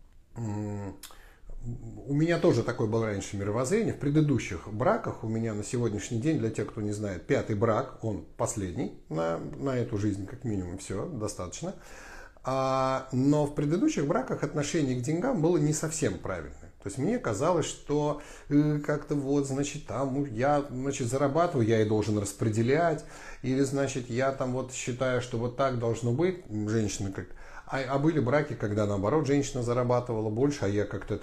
у меня тоже такое было раньше мировоззрение. В предыдущих браках у меня на сегодняшний день, для тех, кто не знает, 5-й брак, он последний на эту жизнь, как минимум, все, достаточно. Но в предыдущих браках отношение к деньгам было не совсем правильное. То есть мне казалось, что как-то вот, значит, там я, значит, зарабатываю, я и должен распределять, или, значит, я там вот считаю, что вот так должно быть, женщина как-то. А были браки, когда наоборот женщина зарабатывала больше, а я как-то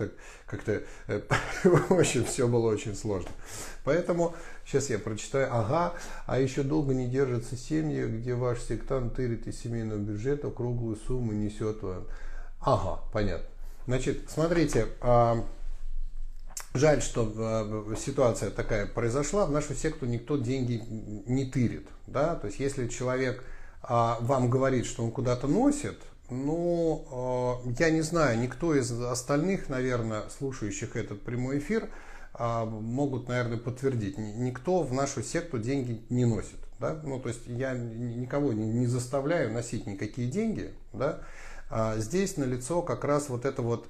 в общем, все было очень сложно. Поэтому сейчас я прочитаю. Ага, а еще долго не держатся семьи, где ваш сектант тырит из семейного бюджета круглую сумму несет вам. Ага, понятно. Значит, смотрите, жаль, что ситуация такая произошла. В нашу секту никто деньги не тырит. Да? То есть, если человек вам говорит, что он куда-то носит, ну, я не знаю, никто из остальных, наверное, слушающих этот прямой эфир, могут, наверное, подтвердить. Никто в нашу секту деньги не носит. Да? Ну, то есть, я никого не заставляю носить никакие деньги. Да? Здесь налицо как раз вот эта вот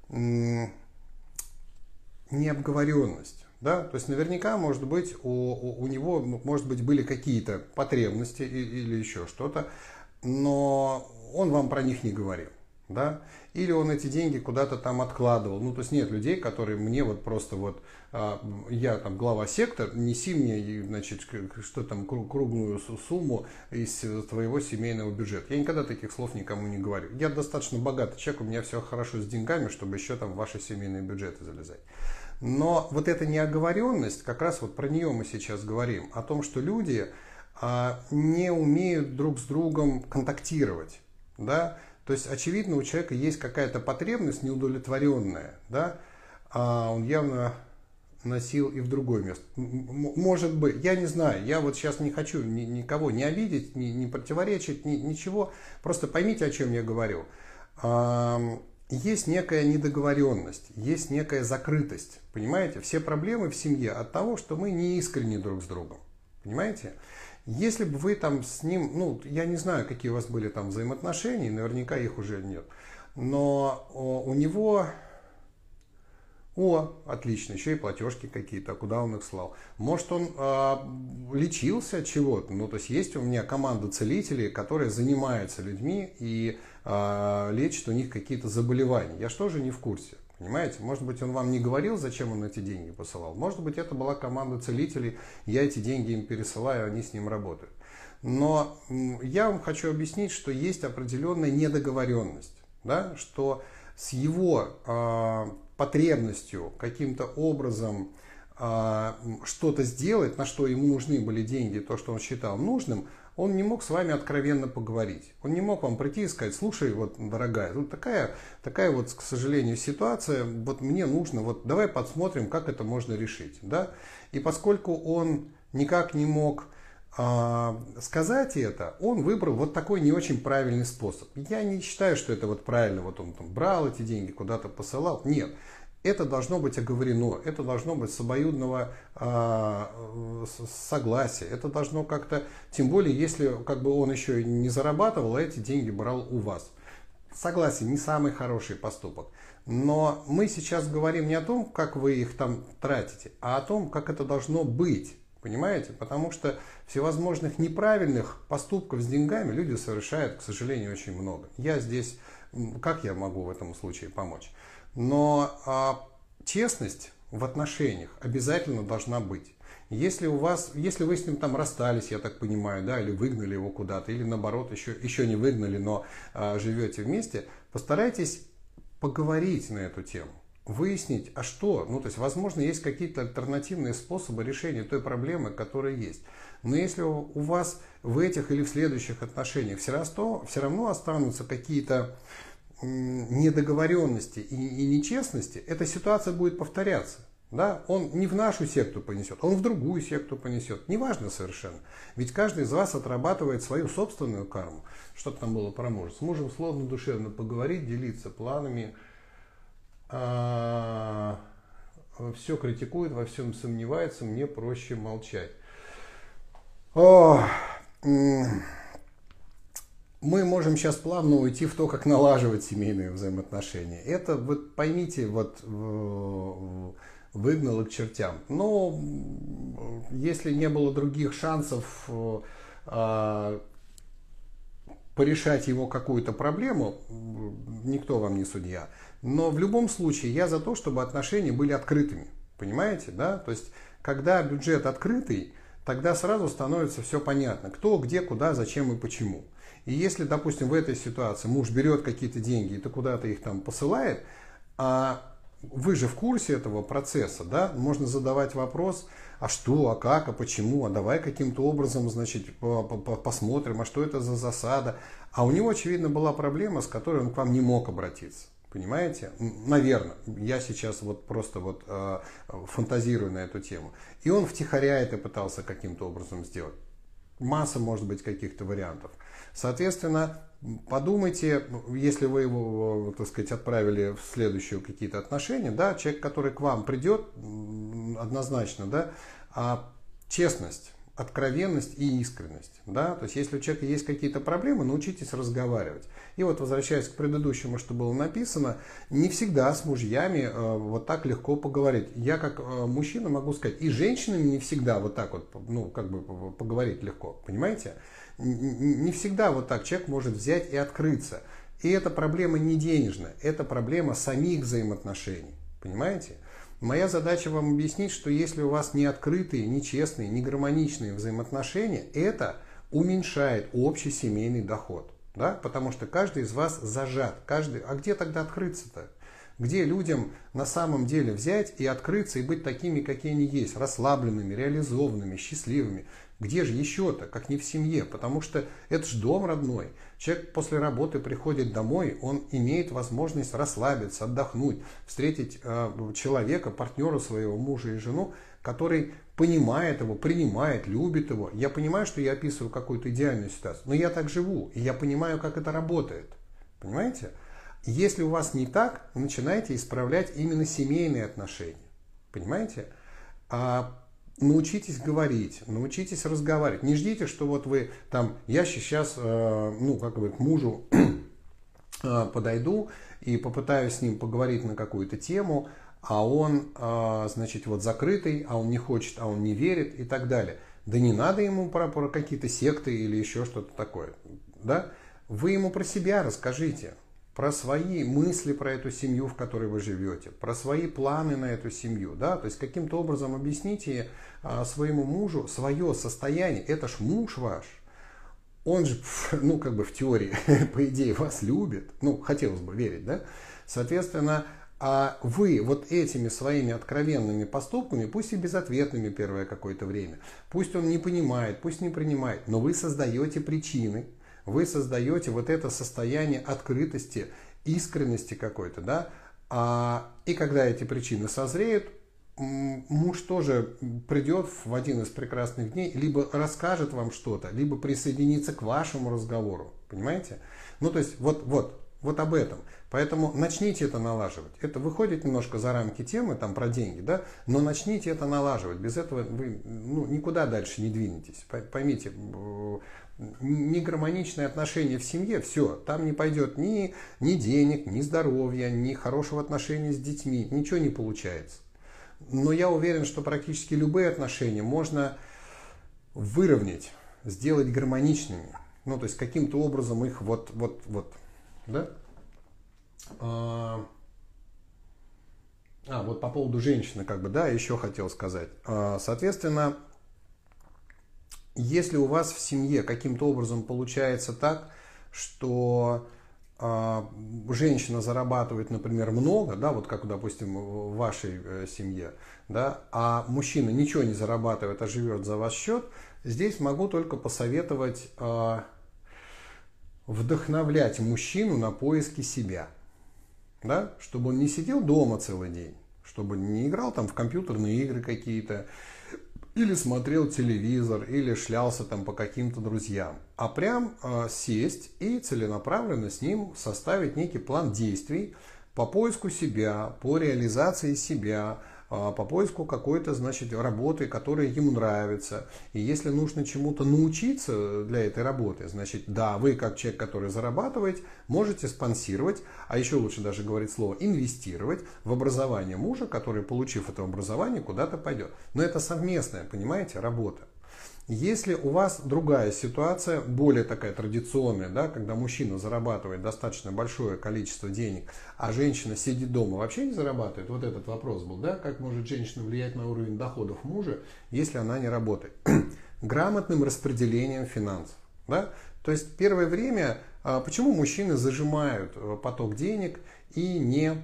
необговоренность. Да? То есть наверняка, может быть, у него, может быть, были какие-то потребности или еще что-то, но он вам про них не говорил. Да? Или он эти деньги куда-то там откладывал. Ну, то есть нет людей, которые мне вот просто вот, я там глава секты, неси мне, значит, что там, круглую сумму из твоего семейного бюджета. Я никогда таких слов никому не говорю. Я достаточно богатый человек, у меня все хорошо с деньгами, чтобы еще там в ваши семейные бюджеты залезать. Но вот эта неоговоренность, как раз вот про нее мы сейчас говорим, о том, что люди не умеют друг с другом контактировать, да. То есть, очевидно, у человека есть какая-то потребность неудовлетворенная, да, он явно носил и в другое место. Может быть, я не знаю, я вот сейчас не хочу никого не обидеть, не противоречить, ничего, просто поймите, о чем я говорю. Есть некая недоговоренность, есть некая закрытость, понимаете? Все проблемы в семье от того, что мы не искренни друг с другом, понимаете? Если бы вы там с ним, ну, я не знаю, какие у вас были там взаимоотношения, наверняка их уже нет, но у него, отлично, еще и платежки какие-то, куда он их слал? Может, он лечился чего-то? Ну, то есть у меня команда целителей, которые занимаются людьми и лечат у них какие-то заболевания. Я что же не в курсе? Понимаете? Может быть, он вам не говорил, зачем он эти деньги посылал. Может быть, это была команда целителей, я эти деньги им пересылаю, они с ним работают. Но я вам хочу объяснить, что есть определенная недоговоренность, да? Что с его потребностью каким-то образом что-то сделать, на что ему нужны были деньги, то, что он считал нужным, он не мог с вами откровенно поговорить. Он не мог вам прийти и сказать: слушай, вот, дорогая, тут такая вот, к сожалению, ситуация, вот мне нужно, вот давай посмотрим, как это можно решить. Да? И поскольку он никак не мог сказать это, он выбрал вот такой не очень правильный способ. Я не считаю, что это вот правильно, вот он там брал эти деньги, куда-то посылал. Нет. Это должно быть оговорено, это должно быть с обоюдного согласия, это должно как-то, тем более, если как бы он еще не зарабатывал, а эти деньги брал у вас. Согласен, не самый хороший поступок. Но мы сейчас говорим не о том, как вы их там тратите, а о том, как это должно быть. Понимаете? Потому что всевозможных неправильных поступков с деньгами люди совершают, к сожалению, очень много. Я здесь, как я могу в этом случае помочь? Но честность в отношениях обязательно должна быть. Если вы с ним там расстались, я так понимаю, да, или выгнали его куда-то, или наоборот, еще не выгнали, но живете вместе, постарайтесь поговорить на эту тему. Выяснить, а что? Ну, то есть, возможно, есть какие-то альтернативные способы решения той проблемы, которая есть. Но если у вас в этих или в следующих отношениях все равно останутся какие-то недоговоренности и нечестности, эта ситуация будет повторяться. Да? Он не в нашу секту понесет, он в другую секту понесет. Неважно совершенно. Ведь каждый из вас отрабатывает свою собственную карму. Что-то там было про мужа. С мужем сложно душевно поговорить, делиться планами. Все критикует, во всем сомневается, мне проще молчать. Мы можем сейчас плавно уйти в то, как налаживать семейные взаимоотношения. Это, вот поймите, вот выгнало к чертям. Но если не было других шансов порешать его какую-то проблему, никто вам не судья. Но в любом случае я за то, чтобы отношения были открытыми. Понимаете, да? То есть, когда бюджет открытый, тогда сразу становится все понятно. Кто, где, куда, зачем и почему. И если, допустим, в этой ситуации муж берет какие-то деньги и куда-то их там посылает, а вы же в курсе этого процесса, да, можно задавать вопрос: а что, а как, а почему, а давай каким-то образом, значит, посмотрим, а что это за засада. А у него, очевидно, была проблема, с которой он к вам не мог обратиться. Понимаете? Наверное. Я сейчас вот просто вот фантазирую на эту тему. И он втихаря это пытался каким-то образом сделать. Масса, может быть, каких-то вариантов. Соответственно, подумайте, если вы его, так сказать, отправили в следующие какие-то отношения, да, человек, который к вам придет, однозначно, да, честность, откровенность и искренность, да, то есть если у человека есть какие-то проблемы, научитесь разговаривать. И вот, возвращаясь к предыдущему, что было написано, не всегда с мужьями вот так легко поговорить. Я как мужчина могу сказать, и с женщинами не всегда вот так вот, ну, как бы поговорить легко, понимаете? Не всегда вот так человек может взять и открыться. И эта проблема не денежная, это проблема самих взаимоотношений, понимаете? Моя задача вам объяснить, что если у вас не открытые, не честные, не гармоничные взаимоотношения, это уменьшает общий семейный доход. Да? Потому что каждый из вас зажат. А где тогда открыться-то? Где людям на самом деле взять и открыться и быть такими, какие они есть, расслабленными, реализованными, счастливыми? Где же еще-то, как не в семье? Потому что это же дом родной. Человек после работы приходит домой, он имеет возможность расслабиться, отдохнуть, встретить человека, партнера своего, мужа и жену, который понимает его, принимает, любит его. Я понимаю, что я описываю какую-то идеальную ситуацию, но я так живу, и я понимаю, как это работает. Понимаете? Если у вас не так, начинайте исправлять именно семейные отношения. Понимаете? Научитесь говорить, научитесь разговаривать. Не ждите, что вот вы там, я сейчас, ну, как бы к мужу подойду и попытаюсь с ним поговорить на какую-то тему, а он, значит, вот закрытый, а он не хочет, а он не верит и так далее. Да не надо ему про какие-то секты или еще что-то такое. Да? Вы ему про себя расскажите. Про свои мысли про эту семью, в которой вы живете, про свои планы на эту семью, да, то есть каким-то образом объясните своему мужу свое состояние. Это ж муж ваш, он же, ну, как бы в теории, по идее, вас любит, ну, хотелось бы верить, да, соответственно, А вы вот этими своими откровенными поступками, пусть и безответными первое какое-то время, пусть он не понимает, пусть не принимает, но вы создаете причины, вы создаете вот это состояние открытости, искренности какой-то, да, и когда эти причины созреют, муж тоже придет в один из прекрасных дней, либо расскажет вам что-то, либо присоединится к вашему разговору, понимаете? Ну, то есть, вот об этом. Поэтому начните это налаживать. Это выходит немножко за рамки темы, там, про деньги, да, но начните это налаживать. Без этого вы никуда дальше не двинетесь. Поймите, негармоничные отношения в семье, все, там не пойдет ни денег, ни здоровья, ни хорошего отношения с детьми, ничего не получается. Но я уверен, что практически любые отношения можно выровнять, сделать гармоничными. Ну, то есть, каким-то образом их да? Вот по поводу женщины, как бы, да, еще хотел сказать. Соответственно, если у вас в семье каким-то образом получается так, что женщина зарабатывает, например, много, да, вот как, допустим, в вашей семье, да, а мужчина ничего не зарабатывает, а живет за ваш счет, здесь могу только посоветовать вдохновлять мужчину на поиски себя, да, чтобы он не сидел дома целый день, чтобы не играл там в компьютерные игры какие-то, или смотрел телевизор, или шлялся там по каким-то друзьям, а прям сесть и целенаправленно с ним составить некий план действий по поиску себя, по реализации себя, по поиску какой-то, значит, работы, которая ему нравится. И если нужно чему-то научиться для этой работы, значит, да, вы как человек, который зарабатывает, можете спонсировать, а еще лучше даже говорить слово инвестировать в образование мужа, который, получив это образование, куда-то пойдет. Но это совместная, понимаете, работа. Если у вас другая ситуация, более такая традиционная, да, когда мужчина зарабатывает достаточно большое количество денег, а женщина сидит дома, вообще не зарабатывает, вот этот вопрос был, да, как может женщина влиять на уровень доходов мужа, если она не работает? Грамотным распределением финансов, да, то есть первое время, почему мужчины зажимают поток денег и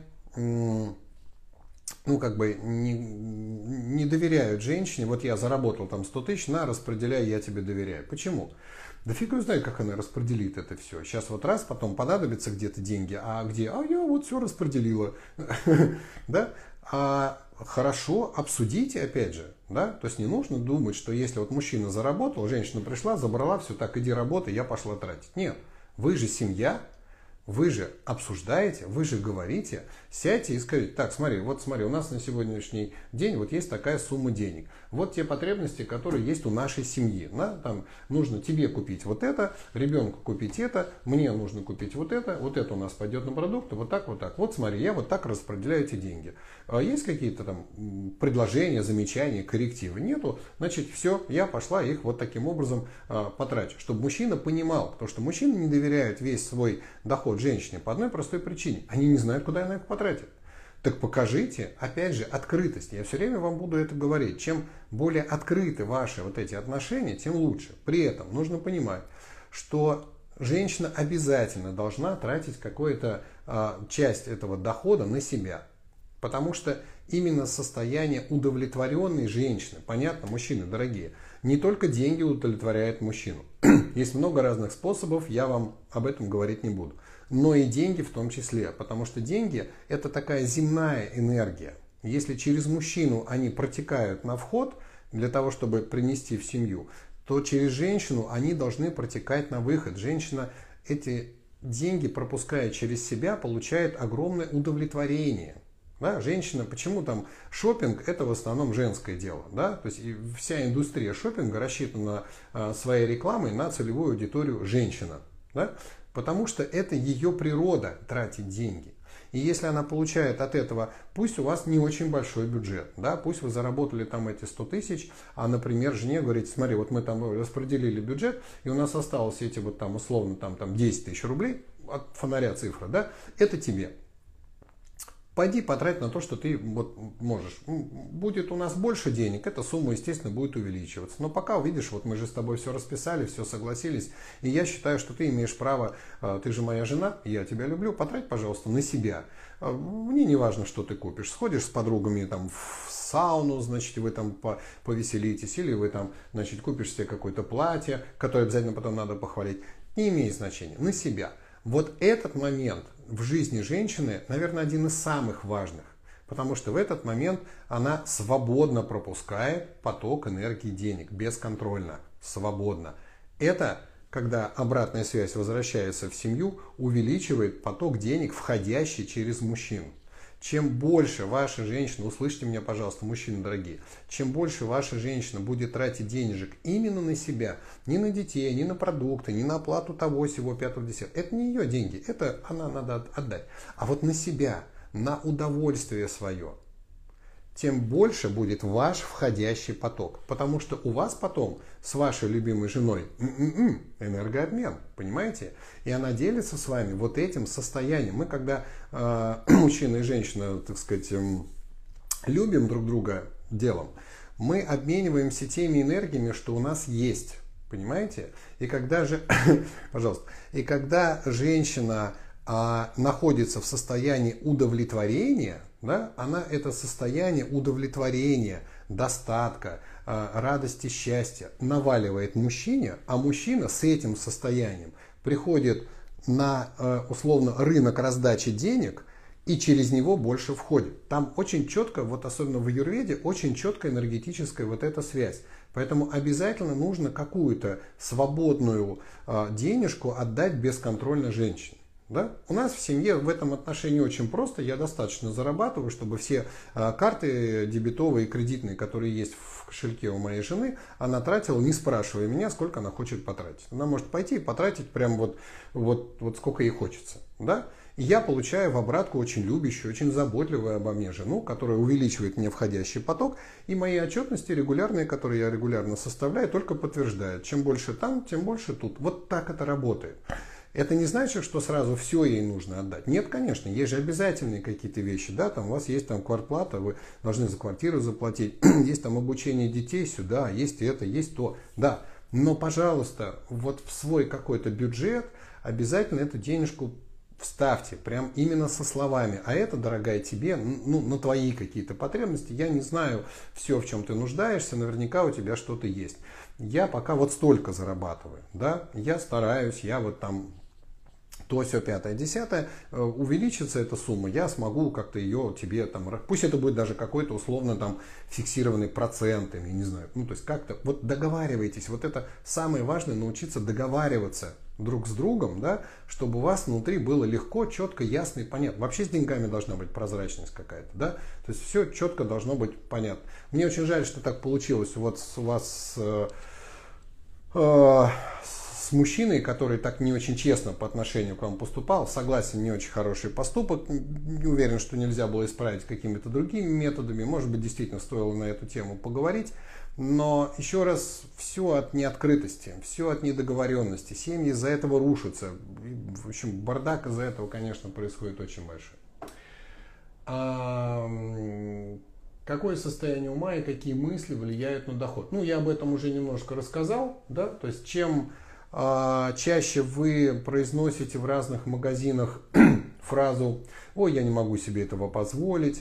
не доверяют женщине, вот я заработал там 100 тысяч, распределяй, я тебе доверяю. Почему? Да фиг его знает, как она распределит это все. Сейчас вот раз, потом понадобятся где-то деньги, а где? А я вот все распределила. Да? Хорошо, обсудите, опять же. Да? То есть не нужно думать, что если вот мужчина заработал, женщина пришла, забрала, все, так иди работай, я пошла тратить. Нет, вы же семья. Вы же обсуждаете, вы же говорите, сядьте и скажите, так, смотри, у нас на сегодняшний день вот есть такая сумма денег. Вот те потребности, которые есть у нашей семьи. Да? Там нужно тебе купить вот это, ребенку купить это, мне нужно купить вот это у нас пойдет на продукты, вот так. Вот смотри, я вот так распределяю эти деньги. Есть какие-то там предложения, замечания, коррективы? Нету, значит, все, я пошла их вот таким образом потрачу. Чтобы мужчина понимал, потому что мужчины не доверяют весь свой доход женщине по одной простой причине. Они не знают, куда она их потратит. Так покажите, опять же, открытость. Я все время вам буду это говорить. Чем более открыты ваши вот эти отношения, тем лучше. При этом нужно понимать, что женщина обязательно должна тратить какую-то часть этого дохода на себя. Потому что именно состояние удовлетворенной женщины, понятно, мужчины дорогие, не только деньги удовлетворяют мужчину. Есть много разных способов, я вам об этом говорить не буду. Но и деньги в том числе, потому что деньги – это такая земная энергия. Если через мужчину они протекают на вход для того, чтобы принести в семью, то через женщину они должны протекать на выход. Женщина эти деньги, пропуская через себя, получает огромное удовлетворение. Да, женщина, почему там шопинг, это в основном женское дело, да, то есть вся индустрия шопинга рассчитана своей рекламой на целевую аудиторию женщина, да, потому что это ее природа тратить деньги. И если она получает от этого, пусть у вас не очень большой бюджет, да, пусть вы заработали там эти 100 тысяч, а, например, жене говорите, смотри, вот мы там распределили бюджет, и у нас осталось эти вот там условно там 10 тысяч рублей, от фонаря цифра, да, это тебе. Пойди потрать на то, что ты вот можешь. Будет у нас больше денег, эта сумма, естественно, будет увеличиваться. Но пока, увидишь, вот мы же с тобой все расписали, все согласились. И я считаю, что ты имеешь право, ты же моя жена, я тебя люблю, потрать, пожалуйста, на себя. Мне не важно, что ты купишь. Сходишь с подругами там в сауну, значит, вы там повеселитесь. Или вы там, значит, купишь себе какое-то платье, которое обязательно потом надо похвалить. Не имеет значения. На себя. Вот этот момент в жизни женщины, наверное, один из самых важных, потому что в этот момент она свободно пропускает поток энергии денег, бесконтрольно, свободно. Это, когда обратная связь возвращается в семью, увеличивает поток денег, входящий через мужчин. Чем больше ваша женщина, услышьте меня, пожалуйста, мужчины дорогие, чем больше ваша женщина будет тратить денежек именно на себя, не на детей, не на продукты, не на оплату того, сего, пятого, десятого, это не ее деньги, это она надо отдать, а вот на себя, на удовольствие свое, тем больше будет ваш входящий поток. Потому что у вас потом с вашей любимой женой энергообмен, понимаете? И она делится с вами вот этим состоянием. Мы когда мужчина и женщина, так сказать, любим друг друга делом, мы обмениваемся теми энергиями, что у нас есть. Понимаете? И когда же, пожалуйста, и когда женщина находится в состоянии удовлетворения, да, она это состояние удовлетворения, достатка, радости, счастья наваливает мужчине, а мужчина с этим состоянием приходит на условно рынок раздачи денег и через него больше входит. Там очень четко, вот особенно в аюрведе, очень четкая энергетическая вот эта связь. Поэтому обязательно нужно какую-то свободную денежку отдать бесконтрольно женщине. Да? У нас в семье в этом отношении очень просто. Я достаточно зарабатываю, чтобы все карты дебетовые и кредитные, которые есть в кошельке у моей жены, она тратила, не спрашивая меня, сколько она хочет потратить. Она может пойти и потратить прям вот сколько ей хочется. Да? И я получаю в обратку очень любящую, очень заботливую обо мне жену, которая увеличивает мне входящий поток. И мои отчетности регулярные, которые я регулярно составляю, только подтверждают. Чем больше там, тем больше тут. Вот так это работает. Это не значит, что сразу все ей нужно отдать. Нет, конечно, есть же обязательные какие-то вещи. Да? Там у вас есть там квартплата, вы должны за квартиру заплатить. Есть там обучение детей сюда, есть это, есть то. Да. Но, пожалуйста, вот в свой какой-то бюджет обязательно эту денежку вставьте. Прям именно со словами. А это, дорогая, тебе, на твои какие-то потребности. Я не знаю все, в чем ты нуждаешься. Наверняка у тебя что-то есть. Я пока вот столько зарабатываю. Да? Я стараюсь, я вот там то, все, пятое, десятое, увеличится эта сумма, я смогу как-то ее тебе там, пусть это будет даже какой-то условно там фиксированный процент, я не знаю, то есть как-то, вот договаривайтесь, вот это самое важное, научиться договариваться друг с другом, да, чтобы у вас внутри было легко, четко, ясно и понятно. Вообще с деньгами должна быть прозрачность какая-то, да, то есть все четко должно быть понятно. Мне очень жаль, что так получилось вот у вас с мужчиной, который так не очень честно по отношению к вам поступал. Согласен, не очень хороший поступок. Не уверен, что нельзя было исправить какими-то другими методами. Может быть, действительно стоило на эту тему поговорить. Но еще раз, все от неоткрытости, все от недоговоренности. Семьи из-за этого рушатся. В общем, бардак из-за этого, конечно, происходит очень большой. Какое состояние ума и какие мысли влияют на доход? Я об этом уже немножко рассказал. Да? То есть, чем чаще вы произносите в разных магазинах фразу «Ой, я не могу себе этого позволить»,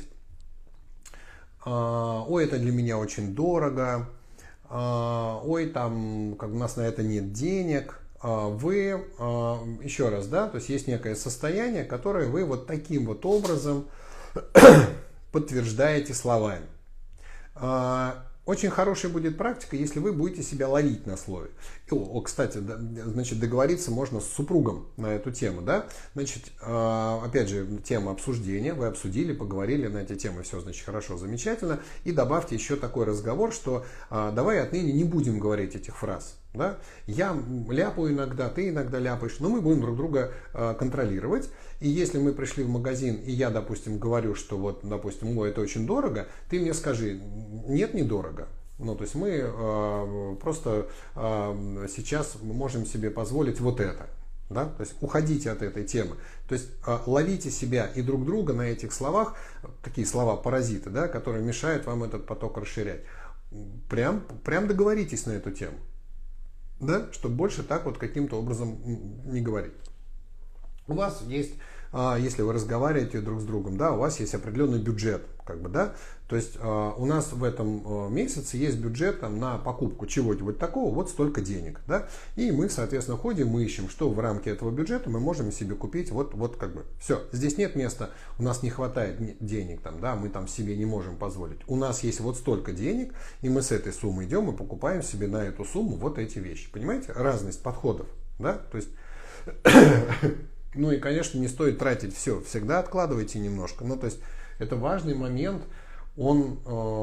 «Ой, это для меня очень дорого», «Ой, там как у нас на это нет денег», вы, еще раз, да, то есть есть некое состояние, которое вы вот таким вот образом подтверждаете словами. Очень хорошая будет практика, если вы будете себя ловить на слове. Кстати, значит, договориться можно с супругом на эту тему. Да? Значит, опять же, тема обсуждения. Вы обсудили, поговорили на эти темы. Все, значит, хорошо, замечательно. И добавьте еще такой разговор, что давай отныне не будем говорить этих фраз. Да? Я ляпаю иногда, ты иногда ляпаешь, но мы будем друг друга контролировать. И если мы пришли в магазин, и я, допустим, говорю, что вот, допустим, это очень дорого, ты мне скажи, нет, недорого. То есть мы просто сейчас можем себе позволить вот это. Да? То есть уходите от этой темы. То есть ловите себя и друг друга на этих словах, такие слова-паразиты, да, которые мешают вам этот поток расширять. Прям договоритесь на эту тему. Да? Чтобы больше так вот каким-то образом не говорить. У вас есть, если вы разговариваете друг с другом, да, у вас есть определенный бюджет, как бы, да, то есть у нас в этом месяце есть бюджет там, на покупку чего-нибудь такого, вот столько денег, да, и мы, соответственно, ходим, мы ищем, что в рамке этого бюджета мы можем себе купить, вот как бы, все, здесь нет места, у нас не хватает денег, там, да, мы там себе не можем позволить, у нас есть вот столько денег, и мы с этой суммы идем и покупаем себе на эту сумму вот эти вещи, понимаете, разность подходов, да, то есть... Ну и, конечно, не стоит тратить все, всегда откладывайте немножко. Ну, то есть, это важный момент, он,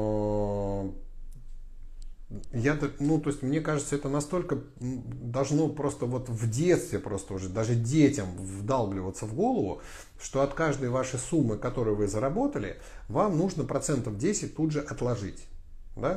ну, то есть, мне кажется, это настолько должно просто вот в детстве просто уже, даже детям вдалбливаться в голову, что от каждой вашей суммы, которую вы заработали, вам нужно 10% тут же отложить, да?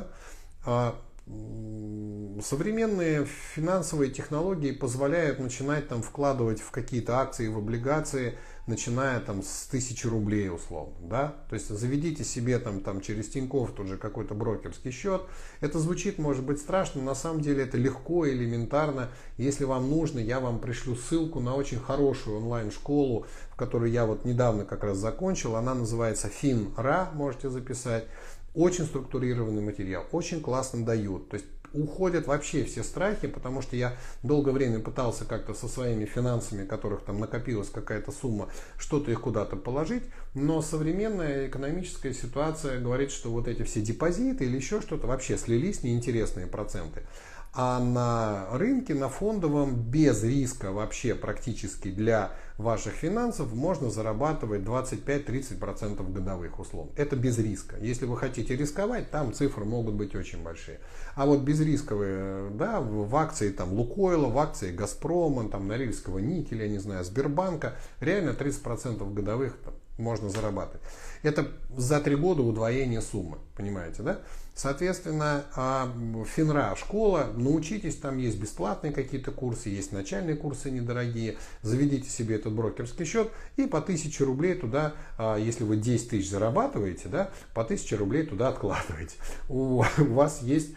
Современные финансовые технологии позволяют начинать там вкладывать в какие-то акции, в облигации, начиная там с 1000 рублей условно, да, то есть заведите себе там через Тинькофф тут же какой-то брокерский счет. Это звучит, может быть, страшно, но на самом деле это легко, элементарно. Если вам нужно, я вам пришлю ссылку на очень хорошую онлайн-школу, в которую я вот недавно как раз закончил. Она называется FinRA, можете записать. Очень структурированный материал, очень классно дают. То есть уходят вообще все страхи, потому что я долгое время пытался как-то со своими финансами, которых там накопилась какая-то сумма, что-то их куда-то положить. Но современная экономическая ситуация говорит, что вот эти все депозиты или еще что-то вообще слились, неинтересные проценты. А на рынке, на фондовом, без риска вообще практически для ваших финансов можно зарабатывать 25-30% годовых условно. Это без риска. Если вы хотите рисковать, там цифры могут быть очень большие. А вот безрисковые, да, в акции там Лукойла, в акции Газпрома, там Норильского никеля, я не знаю, Сбербанка, реально 30% годовых там можно зарабатывать. Это за 3 года удвоение суммы, понимаете, да? Соответственно, FinRA школа, научитесь, там есть бесплатные какие-то курсы, есть начальные курсы недорогие, заведите себе этот брокерский счет и по 1000 рублей туда, если вы 10 тысяч зарабатываете, да, по 1000 рублей туда откладываете. У вас есть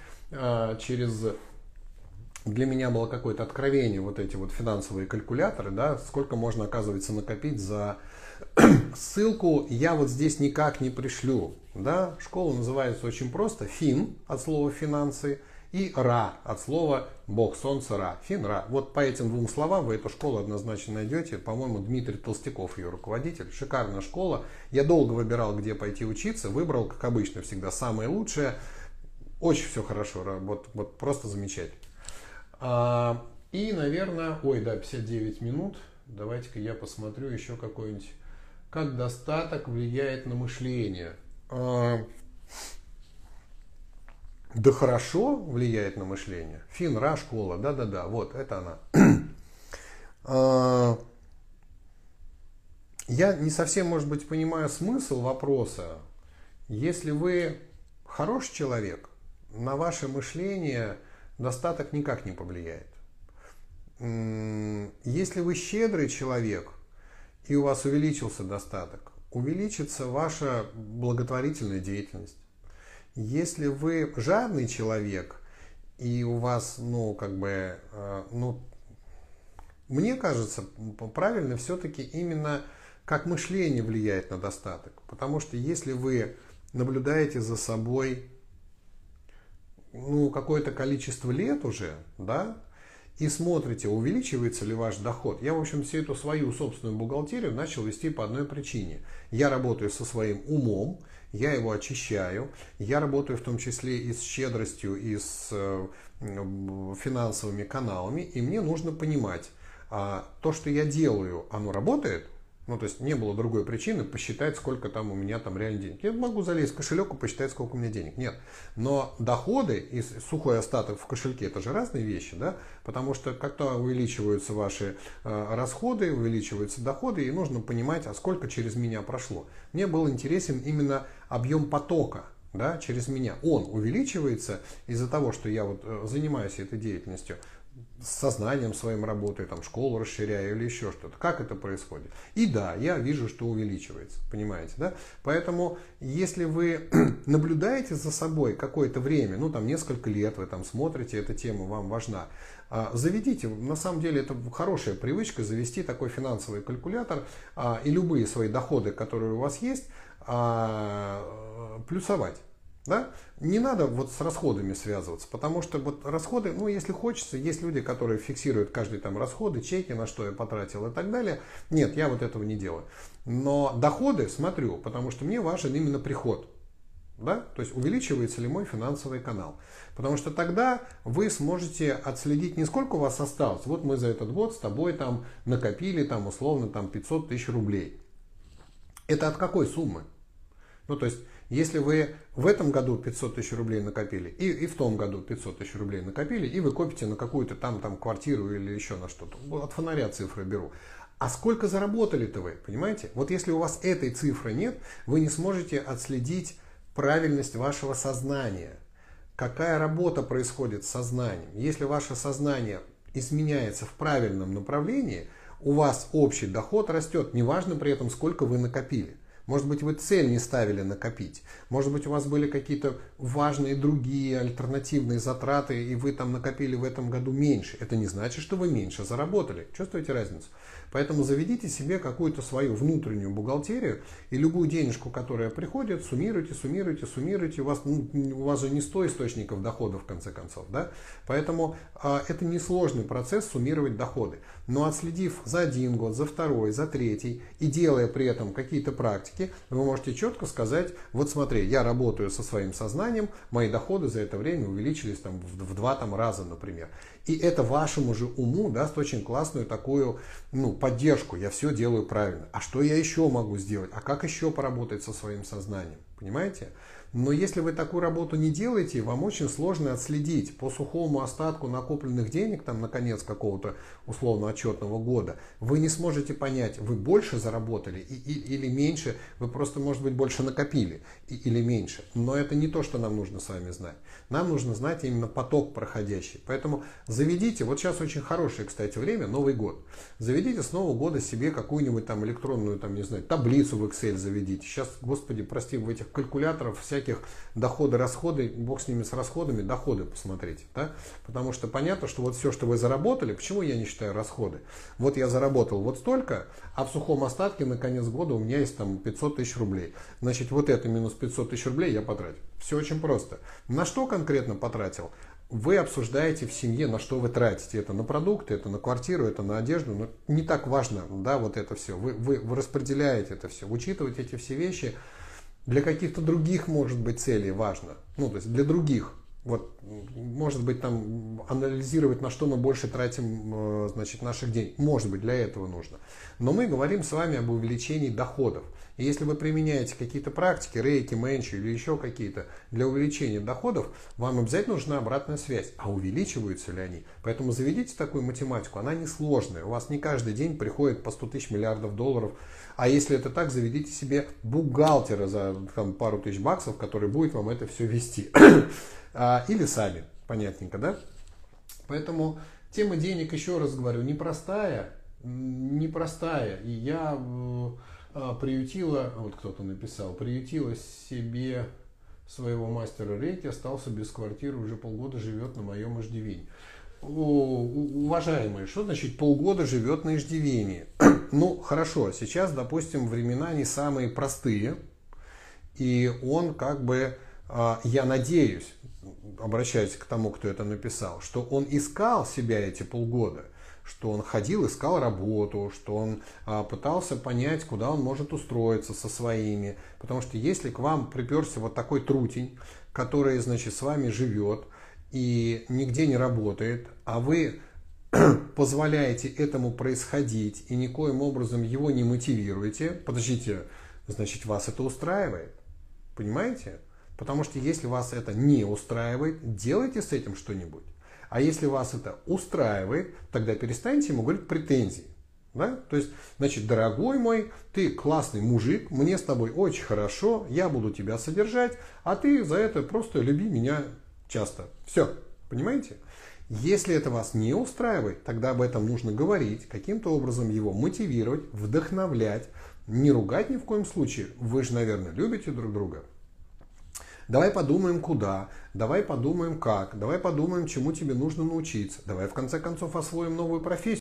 для меня было какое-то откровение, вот эти вот финансовые калькуляторы, да, сколько можно, оказывается, накопить за... Ссылку я вот здесь никак не пришлю. Да? Школа называется очень просто. Фин от слова финансы и Ра от слова Бог, Солнце, Ра. FinRA. Вот по этим 2 словам вы эту школу однозначно найдете. По-моему, Дмитрий Толстяков ее руководитель. Шикарная школа. Я долго выбирал, где пойти учиться. Выбрал, как обычно, всегда самое лучшее. Очень все хорошо. Вот просто замечательно. И, наверное, 59 минут. Давайте-ка я посмотрю еще какой-нибудь. Как достаток влияет на мышление? Да хорошо влияет на мышление. FinRA школа, да, вот это она. Я не совсем, может быть, понимаю смысл вопроса. Если вы хороший человек, на ваше мышление достаток никак не повлияет. Если вы щедрый человек, и у вас увеличился достаток, увеличится ваша благотворительная деятельность. Если вы жадный человек, и у вас, мне кажется, правильно все-таки именно как мышление влияет на достаток. Потому что если вы наблюдаете за собой какое-то количество лет уже, да, и смотрите, увеличивается ли ваш доход. Я, в общем, всю эту свою собственную бухгалтерию начал вести по одной причине. Я работаю со своим умом, я его очищаю, я работаю в том числе и с щедростью, и с финансовыми каналами, и мне нужно понимать, то, что я делаю, оно работает. То есть не было другой причины посчитать, сколько там у меня там реально денег. Я могу залезть в кошелек и посчитать, сколько у меня денег. Нет. Но доходы и сухой остаток в кошельке — это же разные вещи, да? Потому что когда увеличиваются ваши расходы, увеличиваются доходы, и нужно понимать, а сколько через меня прошло. Мне был интересен именно объем потока, да, через меня. Он увеличивается из-за того, что я вот занимаюсь этой деятельностью. с сознанием своим работаю, там, школу расширяю или еще что-то. Как это происходит? И да, я вижу, что увеличивается, понимаете, да? Поэтому, если вы наблюдаете за собой какое-то время, ну, там, несколько лет вы там смотрите, эта тема вам важна, заведите, на самом деле, это хорошая привычка, завести такой финансовый калькулятор и любые свои доходы, которые у вас есть, плюсовать. Да? Не надо вот с расходами связываться, потому что вот расходы, ну если хочется, есть люди, которые фиксируют каждый там расходы, чеки, на что я потратил и так далее. Нет, я вот этого не делаю. Но доходы смотрю, потому что мне важен именно приход. Да? То есть увеличивается ли мой финансовый канал. Потому что тогда вы сможете отследить, не сколько у вас осталось. Вот мы за этот год с тобой там накопили там условно там 500 тысяч рублей. Это от какой суммы? Ну то есть если вы в этом году 500 тысяч рублей накопили, и в том году 500 тысяч рублей накопили, и вы копите на какую-то там квартиру или еще на что-то. От фонаря цифры беру. А сколько заработали-то вы, понимаете? Вот если у вас этой цифры нет, вы не сможете отследить правильность вашего сознания. Какая работа происходит с сознанием? Если ваше сознание изменяется в правильном направлении, у вас общий доход растет, неважно при этом, сколько вы накопили. Может быть, вы цель не ставили накопить. Может быть, у вас были какие-то важные другие альтернативные затраты, и вы там накопили в этом году меньше. Это не значит, что вы меньше заработали. Чувствуете разницу? Поэтому заведите себе какую-то свою внутреннюю бухгалтерию, и любую денежку, которая приходит, суммируйте, суммируйте, суммируйте. У вас же не 100 источников доходов, в конце концов. Да? Поэтому это несложный процесс суммировать доходы. Но отследив за один год, за второй, за третий, и делая при этом какие-то практики, вы можете четко сказать, вот смотри, я работаю со своим сознанием, мои доходы за это время увеличились там, в 2 раза, например. И это вашему же уму даст очень классную такую поддержку. Я все делаю правильно. А что я еще могу сделать? А как еще поработать со своим сознанием? Понимаете? Но если вы такую работу не делаете, вам очень сложно отследить по сухому остатку накопленных денег, там, на конец какого-то условно-отчетного года, вы не сможете понять, вы больше заработали или меньше, вы просто, может быть, больше накопили или меньше. Но это не то, что нам нужно с вами знать. Нам нужно знать именно поток проходящий. Поэтому заведите, вот сейчас очень хорошее, кстати, время, Новый год. Заведите с Нового года себе какую-нибудь там электронную, там, не знаю, таблицу в Excel заведите. Сейчас, господи, прости, в этих калькуляторах всяких доходы, расходы, бог с ними с расходами, доходы посмотрите. Да? Потому что понятно, что вот все, что вы заработали, почему я не считаю расходы? Вот я заработал вот столько, а в сухом остатке на конец года у меня есть там 500 тысяч рублей. Значит, вот это минус 500 тысяч рублей я потратил. Все очень просто. На что конкретно потратил? Вы обсуждаете в семье, на что вы тратите. Это на продукты, это на квартиру, это на одежду. Но не так важно, да, вот это все. Вы распределяете это все. Учитывать эти все вещи для каких-то других, может быть, целей важно. Ну, то есть для других. Вот, может быть, там анализировать, на что мы больше тратим, значит, наших денег. Может быть, для этого нужно. Но мы говорим с вами об увеличении доходов. И если вы применяете какие-то практики, рейки, менчи или еще какие-то для увеличения доходов, вам обязательно нужна обратная связь. А увеличиваются ли они? Поэтому заведите такую математику, она несложная. У вас не каждый день приходит по 100 тысяч миллиардов долларов. А если это так, заведите себе бухгалтера за там, пару тысяч баксов, который будет вам это все вести. Или сами, понятненько, да? Поэтому тема денег, еще раз говорю, непростая. И я приютила, вот кто-то написал, приютила себе своего мастера рейки, остался без квартиры, уже полгода живет на моем иждивении. Уважаемые, что значит полгода живет на иждивении? Ну, хорошо, сейчас, допустим, времена не самые простые, и он как бы, я надеюсь, обращаясь к тому, кто это написал, что он искал себя эти полгода, что он ходил, искал работу, что он пытался понять, куда он может устроиться со своими. Потому что если к вам приперся вот такой трутень, который, значит, с вами живет и нигде не работает, а вы позволяете этому происходить и никоим образом его не мотивируете, подождите, значит, вас это устраивает. Понимаете? Потому что если вас это не устраивает, делайте с этим что-нибудь. А если вас это устраивает, тогда перестаньте ему говорить претензии. Да? То есть, значит, дорогой мой, ты классный мужик, мне с тобой очень хорошо, я буду тебя содержать, а ты за это просто люби меня часто. Все, понимаете? Если это вас не устраивает, тогда об этом нужно говорить, каким-то образом его мотивировать, вдохновлять, не ругать ни в коем случае. Вы же, наверное, любите друг друга. Давай подумаем, куда, давай подумаем, как, давай подумаем, чему тебе нужно научиться, давай в конце концов освоим новую профессию.